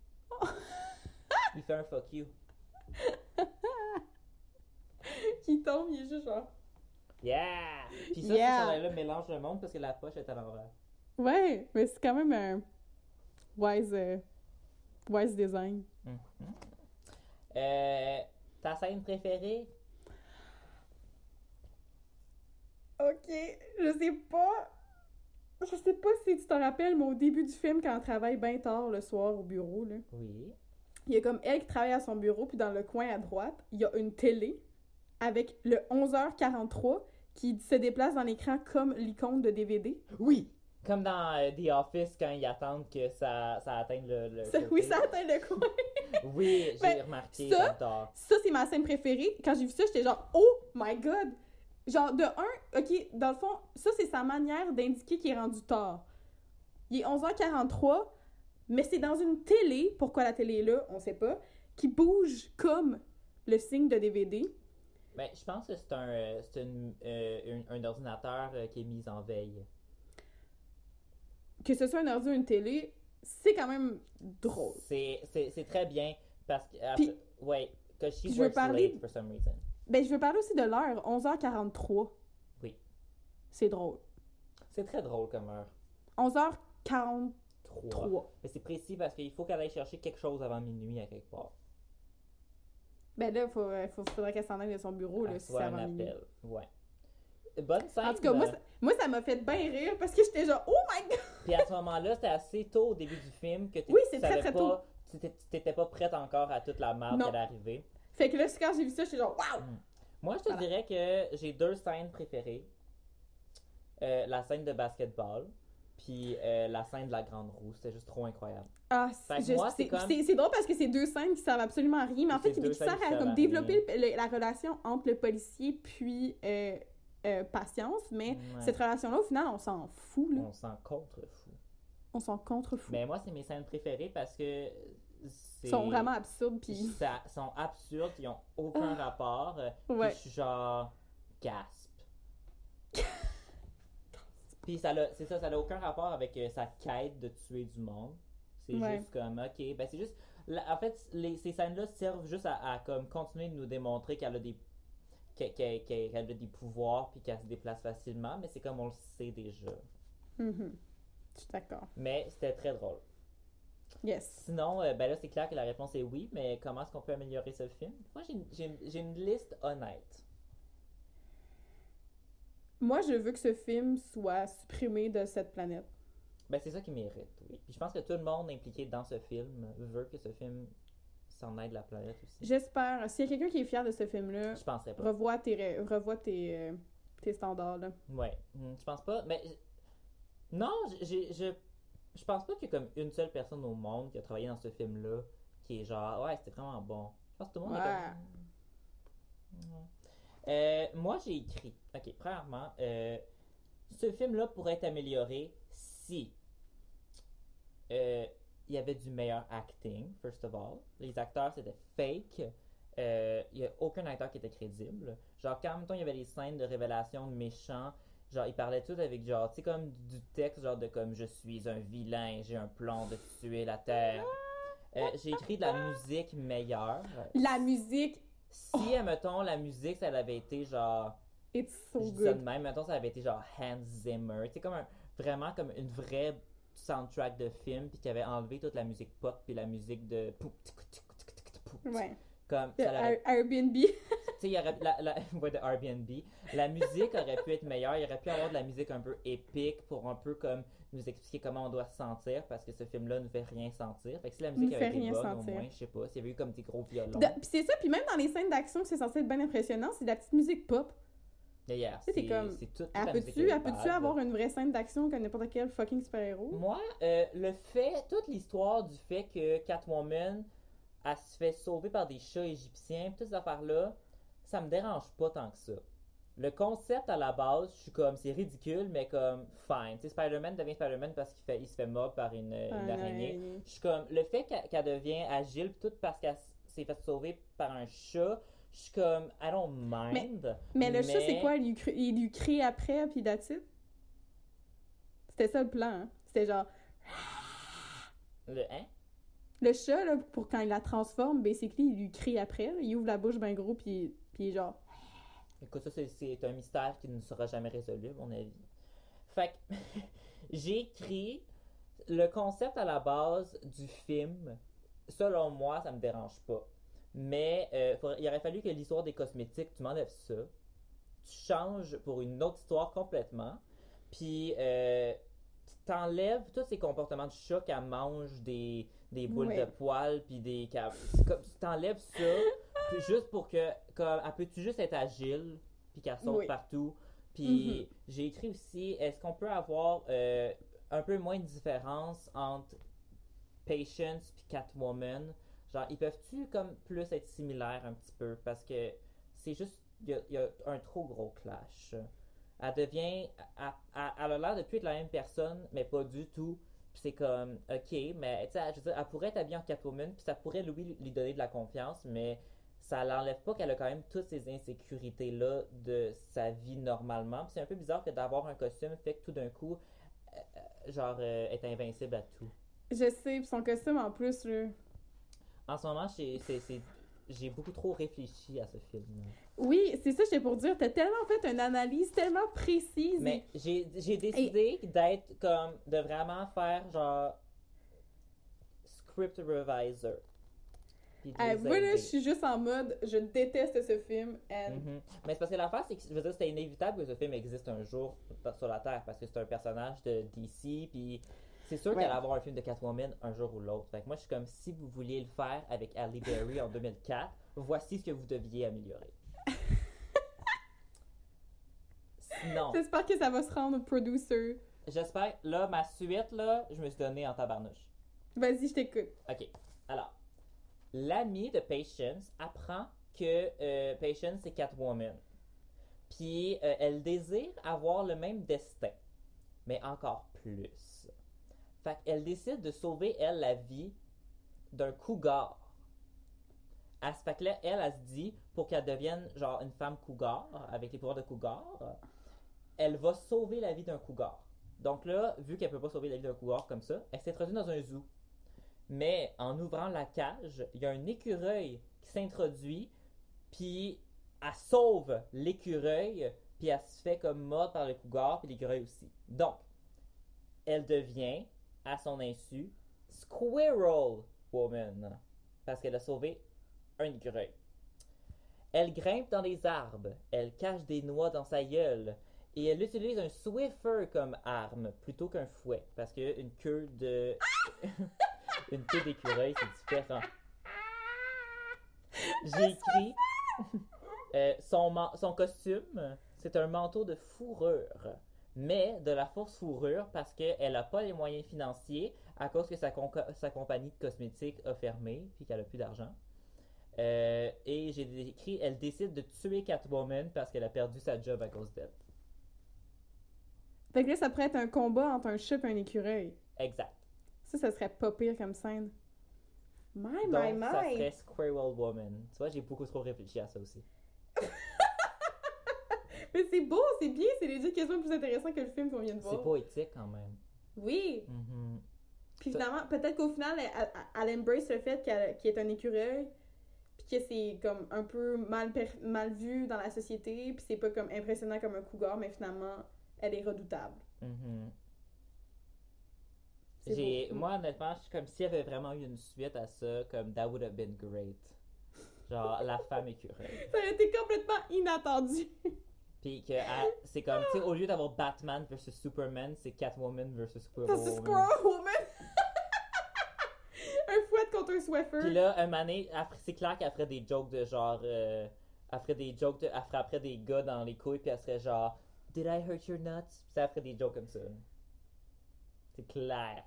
Il fait un fuck you. Qui tombe, il est juste genre... Yeah! Puis ça, Yeah! ce chandail-là mélange le monde parce que la poche est à l'envers. Ouais, mais c'est quand même un wise design. Ta scène préférée? Ok, je sais pas si tu te rappelles, mais au début du film, quand elle travaille bien tard le soir au bureau, là, Oui. il y a comme elle qui travaille à son bureau, puis dans le coin à droite, il y a une télé avec le 11h43 qui se déplace dans l'écran comme l'icône de DVD. Oui! Comme dans The Office, quand ils attendent que ça atteigne le Oui, côté. ça atteint le coin. Oui, j'ai Ben, remarqué, ça- j'adore. Ça, c'est ma scène préférée. Quand j'ai vu ça, j'étais genre, oh my god! Genre, de un, ok, dans le fond, ça, c'est sa manière d'indiquer qu'il est rendu tard. Il est 11h43, mais c'est dans une télé, pourquoi la télé est là, on sait pas, qui bouge comme le signe de DVD. Ben, je pense que c'est un ordinateur qui est mis en veille. Que ce soit un ordi ou une télé, c'est quand même drôle. C'est très bien parce que. Puis- ouais, que she je veux works parler- late for some reason. Ben, je veux parler aussi de l'heure, 11h43. Oui. C'est drôle. C'est très drôle comme heure. 11h43. 3. Mais c'est précis parce qu'il faut qu'elle aille chercher quelque chose avant minuit à quelque part. Ben là, faudrait qu'elle s'en aille de son bureau, là, si c'est Soit un avant minuit. appel. Ouais. Bonne scène. En tout cas, moi, ça m'a fait bien rire parce que j'étais genre, oh my god! Puis à ce moment-là, c'était assez tôt au début du film que Oui, c'est tu savais très, très pas, tu t'étais pas prête encore à toute la merde Non. qui allait arriver. Fait que là, quand j'ai vu ça, j'étais genre, waouh! Moi, je te dirais que j'ai 2 scènes préférées. La scène de basketball, puis la scène de la grande roue. C'était juste trop incroyable. Ah, Fait que moi, c'est comme- c'est drôle parce que c'est deux scènes qui servent absolument à rien, mais en C'est fait, deux qui scènes servent qui à servent comme à développer la relation entre le policier puis Patience, mais Ouais. cette relation-là, au final, on s'en fout, là. On s'en contrefou. On s'en contrefout. Mais moi, c'est mes scènes préférées parce que Ils sont vraiment absurdes, puis... ça sont absurdes, ils ont aucun rapport. Ouais. Puis je suis genre gasp. Puis c'est ça, ça n'a aucun rapport avec sa quête de tuer du monde. C'est Ouais. juste comme ok, ben c'est juste en fait ces scènes-là servent juste à comme continuer de nous démontrer qu'elle a des qu'elle a des pouvoirs puis qu'elle se déplace facilement, mais c'est comme on le sait déjà. Mhm. Je suis d'accord. Mais c'était très drôle. Yes. Sinon, ben là, c'est clair que la réponse est oui, mais comment est-ce qu'on peut améliorer ce film? Moi, j'ai une liste honnête. Moi, je veux que ce film soit supprimé de cette planète. Ben, c'est ça qui mérite, oui. Puis je pense que tout le monde impliqué dans ce film veut que ce film s'en aide de la planète aussi. J'espère. S'il y a quelqu'un qui est fier de ce film-là, Je penserais pas. revois tes standards, là. Ouais, je pense pas. Mais non, je pense pas qu'il y a comme une seule personne au monde qui a travaillé dans ce film-là qui est genre, ouais, c'était vraiment bon. Je pense que tout le monde est Ouais. comme. Moi, j'ai écrit. Ok, premièrement, ce film-là pourrait être amélioré si il y avait du meilleur acting, first of all. Les acteurs, c'était fake. Il n'y a aucun acteur qui était crédible. Genre, quand en même temps, il y avait des scènes de révélation de méchants, genre, ils parlaient tous avec, genre, tu sais, comme du texte, genre, de comme je suis un vilain, j'ai un plan de tuer la terre. J'ai écrit de la musique meilleure. La musique, Si, admettons, la musique, ça avait été genre. it's so Je dis ça de good. même, admettons, ça avait été genre Hans Zimmer. Tu sais, comme vraiment comme une vraie soundtrack de film, puis qui avait enlevé toute la musique pop, puis la musique de. Ouais. Comme De ça l'aurait- Airbnb. Tu sais, il y aurait ouais, de Airbnb. La musique aurait pu être meilleure. Il aurait pu avoir de la musique un peu épique pour un peu comme nous expliquer comment on doit se sentir parce que ce film-là ne fait rien sentir. Fait que si la musique Nous avait fait été rien bonne, sentir. au moins, je sais pas, s'il y avait eu comme des gros violons. Puis c'est ça, puis même dans les scènes d'action, c'est censé être bien impressionnant, c'est de la petite musique pop. D'ailleurs, sais, t'es comme, c'est toute la musique Elle est peut-tu bad. avoir une vraie scène d'action comme n'importe quel fucking super-héros? Moi, le fait, toute l'histoire du fait que Catwoman, elle se fait sauver par des chats égyptiens, pis toutes ces affaires-là, ça me dérange pas tant que ça. Le concept à la base, je suis comme, c'est ridicule, mais comme, fine. Tu sais, Spider-Man devient Spider-Man parce il se fait mordre par une araignée. Je suis comme, le fait qu'elle devient agile, pis tout parce qu'elle s'est fait sauver par un chat, je suis comme, I don't mind. Mais le chat, c'est quoi? Il lui crie après, puis that's it? C'était ça le plan, hein? C'était genre... Le hein? Le chat, là, pour quand il la transforme, basically, il lui crie après. Là. Il ouvre la bouche bien gros, puis il est genre... Écoute, ça, c'est un mystère qui ne sera jamais résolu, à mon avis. Fait que, j'ai écrit le concept à la base du film. Selon moi, ça me dérange pas. Mais il aurait fallu que l'histoire des cosmétiques, tu m'enlèves ça. Tu changes pour une autre histoire complètement. Puis, tu t'enlèves tous ces comportements de chat qu'elle mange des boules Ouais. de poils, puis des... Tu t'enlèves ça, puis juste pour que... Comme, elle peut-tu juste être agile, puis qu'elle saute Oui. partout? Puis j'ai écrit aussi, est-ce qu'on peut avoir un peu moins de différence entre Patience puis Catwoman. Genre, ils peuvent-tu comme plus être similaires un petit peu? Parce que c'est juste, il y a un trop gros clash. Elle devient, elle a l'air de plus être la même personne, mais pas du tout. Puis c'est comme, ok, mais tu sais, je veux dire, elle pourrait être habillée en Catwoman, puis ça pourrait lui donner de la confiance, mais ça l'enlève pas qu'elle a quand même toutes ces insécurités-là de sa vie normalement. Puis c'est un peu bizarre que d'avoir un costume fait que tout d'un coup, est invincible à tout. Je sais, pis son costume en plus, là. En ce moment, j'ai beaucoup trop réfléchi à ce film. Oui, c'est ça, j'étais pour dire. T'as tellement fait une analyse tellement précise. Mais j'ai décidé d'être comme, de vraiment faire genre script revisor. Puis de les moi, là, aider. je suis juste en mode, je déteste ce film. And... Mhm. Mais c'est parce que l'affaire, c'est que, je veux dire, c'était inévitable que ce film existe un jour sur la Terre, parce que c'est un personnage de DC, puis c'est sûr qu'il allait avoir un film de Catwoman un jour ou l'autre. Fait que moi, je suis comme, si vous vouliez le faire avec Halle Berry en 2004, voici ce que vous deviez améliorer. Sinon, J'espère que ça va se rendre au producer. j'espère, là, ma suite, là, je me suis donné en tabarnouche. Vas-y, je t'écoute. OK. Alors, l'amie de Patience apprend que Patience est Catwoman. Puis, elle désire avoir le même destin, mais encore plus. Fait qu'elle décide de sauver, elle, la vie d'un cougar. Fait que là, elle se dit, pour qu'elle devienne, genre, une femme cougar, avec les pouvoirs de cougar, elle va sauver la vie d'un cougar. Donc là, vu qu'elle peut pas sauver la vie d'un cougar comme ça, elle s'introduit dans un zoo. Mais en ouvrant la cage, il y a un écureuil qui s'introduit, puis elle sauve l'écureuil, puis elle se fait comme mordre par le cougar, puis l'écureuil aussi. Donc, elle devient, à son insu, Squirrel Woman, parce qu'elle a sauvé un écureuil. Elle grimpe dans les arbres, elle cache des noix dans sa gueule, et elle utilise un Swiffer comme arme plutôt qu'un fouet, parce qu'une queue de... une queue d'écureuil, c'est différent. J'ai écrit... son costume, c'est un manteau de fourrure, mais de la fausse fourrure parce qu'elle n'a pas les moyens financiers à cause que sa compagnie de cosmétiques a fermé puis qu'elle a plus d'argent. Et j'ai écrit, elle décide de tuer Catwoman parce qu'elle a perdu sa job à cause d'elle. Fait que là, ça pourrait être un combat entre un chat et un écureuil. Exact. Ça serait pas pire comme scène. My, Donc, my, my! ça serait Squirrel Woman. Tu vois, j'ai beaucoup trop réfléchi à ça aussi. Mais c'est beau, c'est bien, c'est déjà quasiment plus intéressant que le film qu'on vient de voir. C'est poétique quand même. Oui! Mhm. Puis finalement, peut-être qu'au final, elle embrace le fait qu'il est un écureuil, puis que c'est comme un peu mal vu dans la société, puis c'est pas comme impressionnant comme un cougar, mais finalement, elle est redoutable. Mhm. C'est beau. Moi, honnêtement, je suis comme s'il y avait vraiment eu une suite à ça, comme That would have been great. Genre, la femme écureuil. Ça a été complètement inattendu. Puis que c'est comme, tu sais, au lieu d'avoir Batman versus Superman, c'est Catwoman versus Squirrel C'est Woman. Squirrel Woman! Un fouet contre un Swiffer. Puis là, un moment donné, c'est clair qu'elle ferait des jokes de genre. Elle ferait après des gars dans les couilles, puis elle serait genre Did I hurt your nuts? Puis ça ferait des jokes comme ça. C'est clair.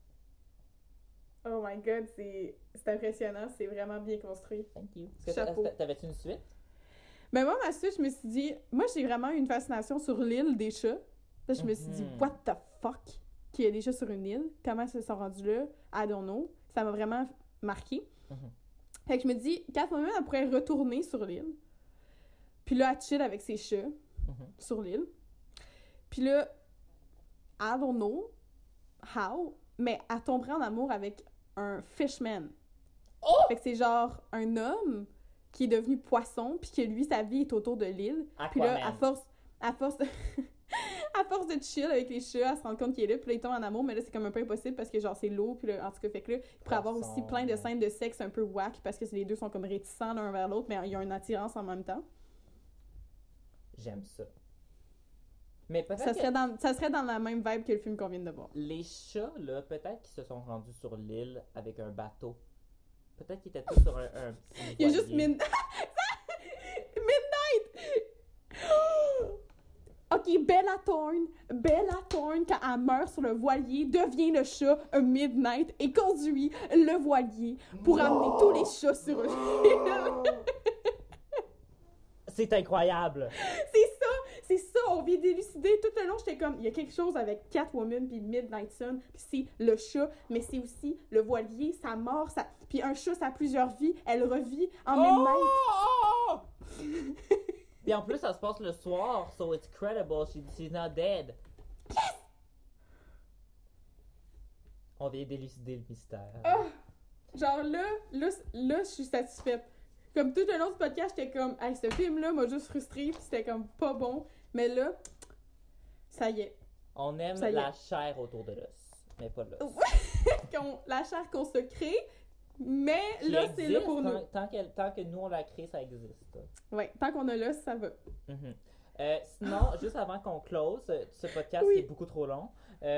Oh my god, c'est impressionnant, c'est vraiment bien construit. Thank you. Chapeau. T'avais-tu une suite? Mais moi, ma suite, je me suis dit... Moi, j'ai vraiment eu une fascination sur l'île des chats. Là, je me suis dit, what the fuck? Qu'il y a des chats sur une île. Comment ils se sont rendus là? I don't know. Ça m'a vraiment marqué. Fait que je me dis, Catwoman, elle pourrait retourner sur l'île. Puis là, elle chill avec ses chats sur l'île. Puis là, I don't know how, mais elle tomberait en amour avec un fishman. Oh! Fait que c'est genre un homme qui est devenu poisson, puis que lui, sa vie est autour de l'île. Puis là, à force de chill avec les chats, elle se rend compte qu'il est là, puis là, il tombe en amour, mais là, c'est comme un peu impossible parce que, genre, c'est l'eau, puis là, en tout cas, fait que là, il pourrait avoir aussi plein de scènes de sexe un peu whack parce que les deux sont comme réticents l'un vers l'autre, mais il y a une attirance en même temps. J'aime ça. Mais peut-être Ça serait dans la même vibe que le film qu'on vient de voir. les chats, là, peut-être qu'ils se sont rendus sur l'île avec un bateau. Peut-être qu'ils étaient tous sur un petit Il y a juste voilier. Midnight! Ok, OK, Bella Thorne, quand elle meurt sur le voilier, devient le chat Midnight et conduit le voilier pour amener tous les chats sur eux. C'est incroyable! C'est ça, on vient d'élucider. Tout le long, j'étais comme, il y a quelque chose avec Catwoman puis Midnight Sun, puis c'est le chat, mais c'est aussi le voilier, sa mort, puis un chat, ça a plusieurs vies, elle revit en Midnight. Puis en plus, ça se passe le soir, so it's credible, she's not dead. Yes! On vient d'élucider le mystère. Ah! Genre là, je suis satisfaite. Comme tout le long du podcast, j'étais comme, hey, ce film-là m'a juste frustrée, puis c'était comme pas bon. Mais là, ça y est. On aime Ça y est. la chair autour de l'os, mais pas l'os. La chair qu'on se crée, mais Qui là, c'est là existe, pour nous. tant que nous on l'a créé, ça existe. Ouais, tant qu'on a l'os, ça va. Mhm. Sinon, juste avant qu'on close ce podcast Oui. qui est beaucoup trop long,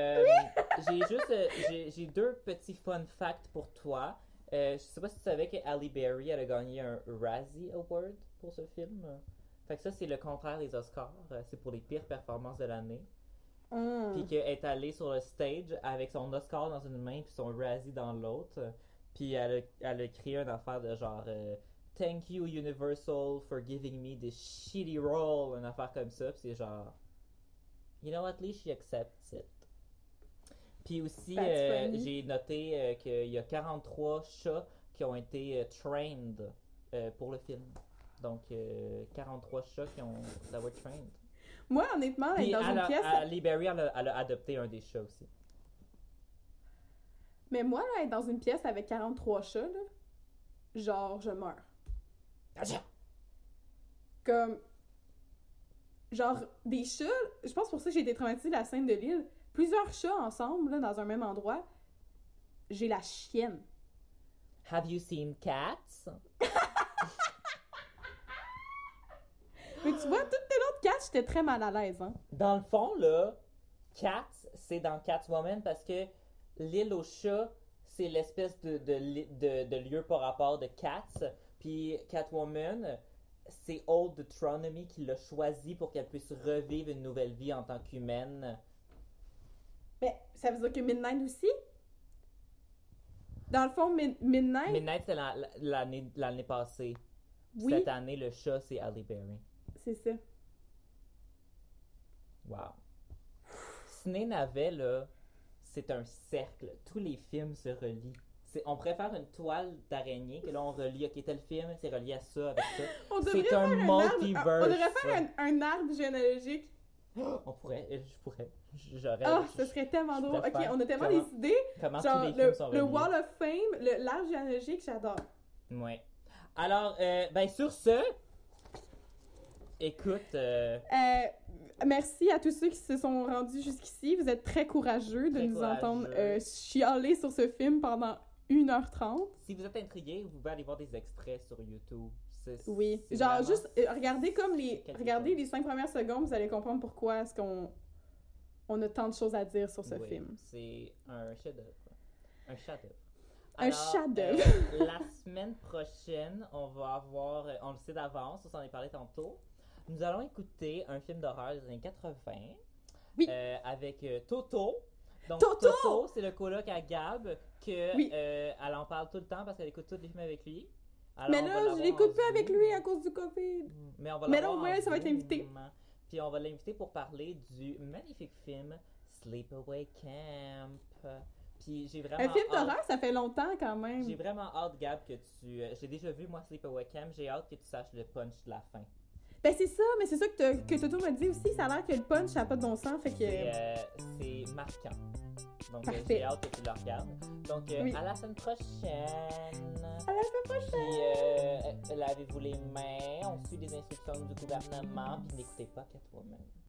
j'ai deux petits fun facts pour toi. Je sais pas si tu savais que Halle Berry elle a gagné un Razzie Award pour ce film. Fait que ça c'est le contraire des Oscars, c'est pour les pires performances de l'année. Puis qu'elle est allée sur le stage avec son Oscar dans une main puis son Razzie dans l'autre. Puis elle a créé une affaire de genre Thank you Universal for giving me this shitty role, une affaire comme ça. Puis c'est genre You know, at least she accepts it. Puis aussi, That's funny. j'ai noté qu'il y a 43 chats qui ont été trained pour le film. Donc, 43 chats qui ont that were trained. Moi, honnêtement, être Puis dans une pièce. Halle Berry, elle a adopté un des chats aussi. Mais moi, là, être dans une pièce avec 43 chats, là, genre, je meurs. Comme. Genre, des chats. Je pense pour ça que j'ai été traumatisée de la scène de l'île. Plusieurs chats ensemble, là, dans un même endroit. J'ai la chienne. Have you seen Cats? Mais tu vois, toutes les autres cats, j'étais très mal à l'aise, hein. Dans le fond, là, Cats, c'est dans Catwoman parce que l'île aux chats, c'est l'espèce de lieu par rapport de Cats. Puis Catwoman, c'est Old Deuteronomy qui l'a choisi pour qu'elle puisse revivre une nouvelle vie en tant qu'humaine. Mais ça veut dire que Midnight aussi? Dans le fond, Midnight. Midnight, c'est l'année passée. Oui, Cette année, le chat, c'est Halle Berry. c'est ça. Wow. Ciné Navet, là, c'est un cercle. Tous les films se relient. On préfère une toile d'araignée que là, on relie. Ok, tel film, c'est relié à ça, avec ça. On devrait C'est faire un multiverse. On devrait faire un arbre généalogique. On pourrait, je pourrais. J'aurais. Ah, ce serait tellement je drôle. Ok, préfère on a tellement comment- des idées. Comment Genre, tous les films sont le reliés. Wall of Fame, l'arbre généalogique, j'adore. Ouais. Alors, ben sur ce, écoute, Merci à tous ceux qui se sont rendus jusqu'ici. Vous êtes très courageux de Très nous entendre courageux. chialer sur ce film pendant 1h30. si vous êtes intrigué, vous pouvez aller voir des extraits sur YouTube. Oui. C'est Genre, vraiment- juste, regardez quelque regardez chose. les 5 premières secondes, vous allez comprendre pourquoi est-ce qu'on on a tant de choses à dire sur ce Oui, film. C'est un chef-d'œuvre. Un chef-d'œuvre. Un Alors, chef-d'œuvre. La semaine prochaine, on va avoir, on le sait d'avance, on s'en est parlé tantôt. Nous allons écouter un film d'horreur des années 80. Oui. Avec Toto. Donc, Toto! Toto, c'est le coloc à Gab que Oui. elle en parle tout le temps parce qu'elle écoute tous les films avec lui. Alors, Mais on va là, je l'avoir l'écoute en plus avec Zoom. lui à cause du COVID. Mais on va Mais l'avoir là, au moins, en ça va être Zoom. l'invité. Puis on va l'inviter pour parler du magnifique film Sleepaway Camp. Puis j'ai vraiment Un film hâte- d'horreur, ça fait longtemps quand même. J'ai vraiment hâte, Gab, que tu... j'ai déjà vu, moi, Sleepaway Camp. J'ai hâte que tu saches le punch de la fin. Ben c'est ça, mais c'est ça que Toto m'a dit aussi. Ça a l'air que le punch, ça n'a pas de bon sens. Fait que. C'est marquant. Donc, Parfait. j'ai hâte que tu le regardes. Donc, Oui. à la semaine prochaine. À la semaine prochaine! Puis, lavez-vous les mains. On suit les instructions du gouvernement. Puis, n'écoutez pas Catwoman.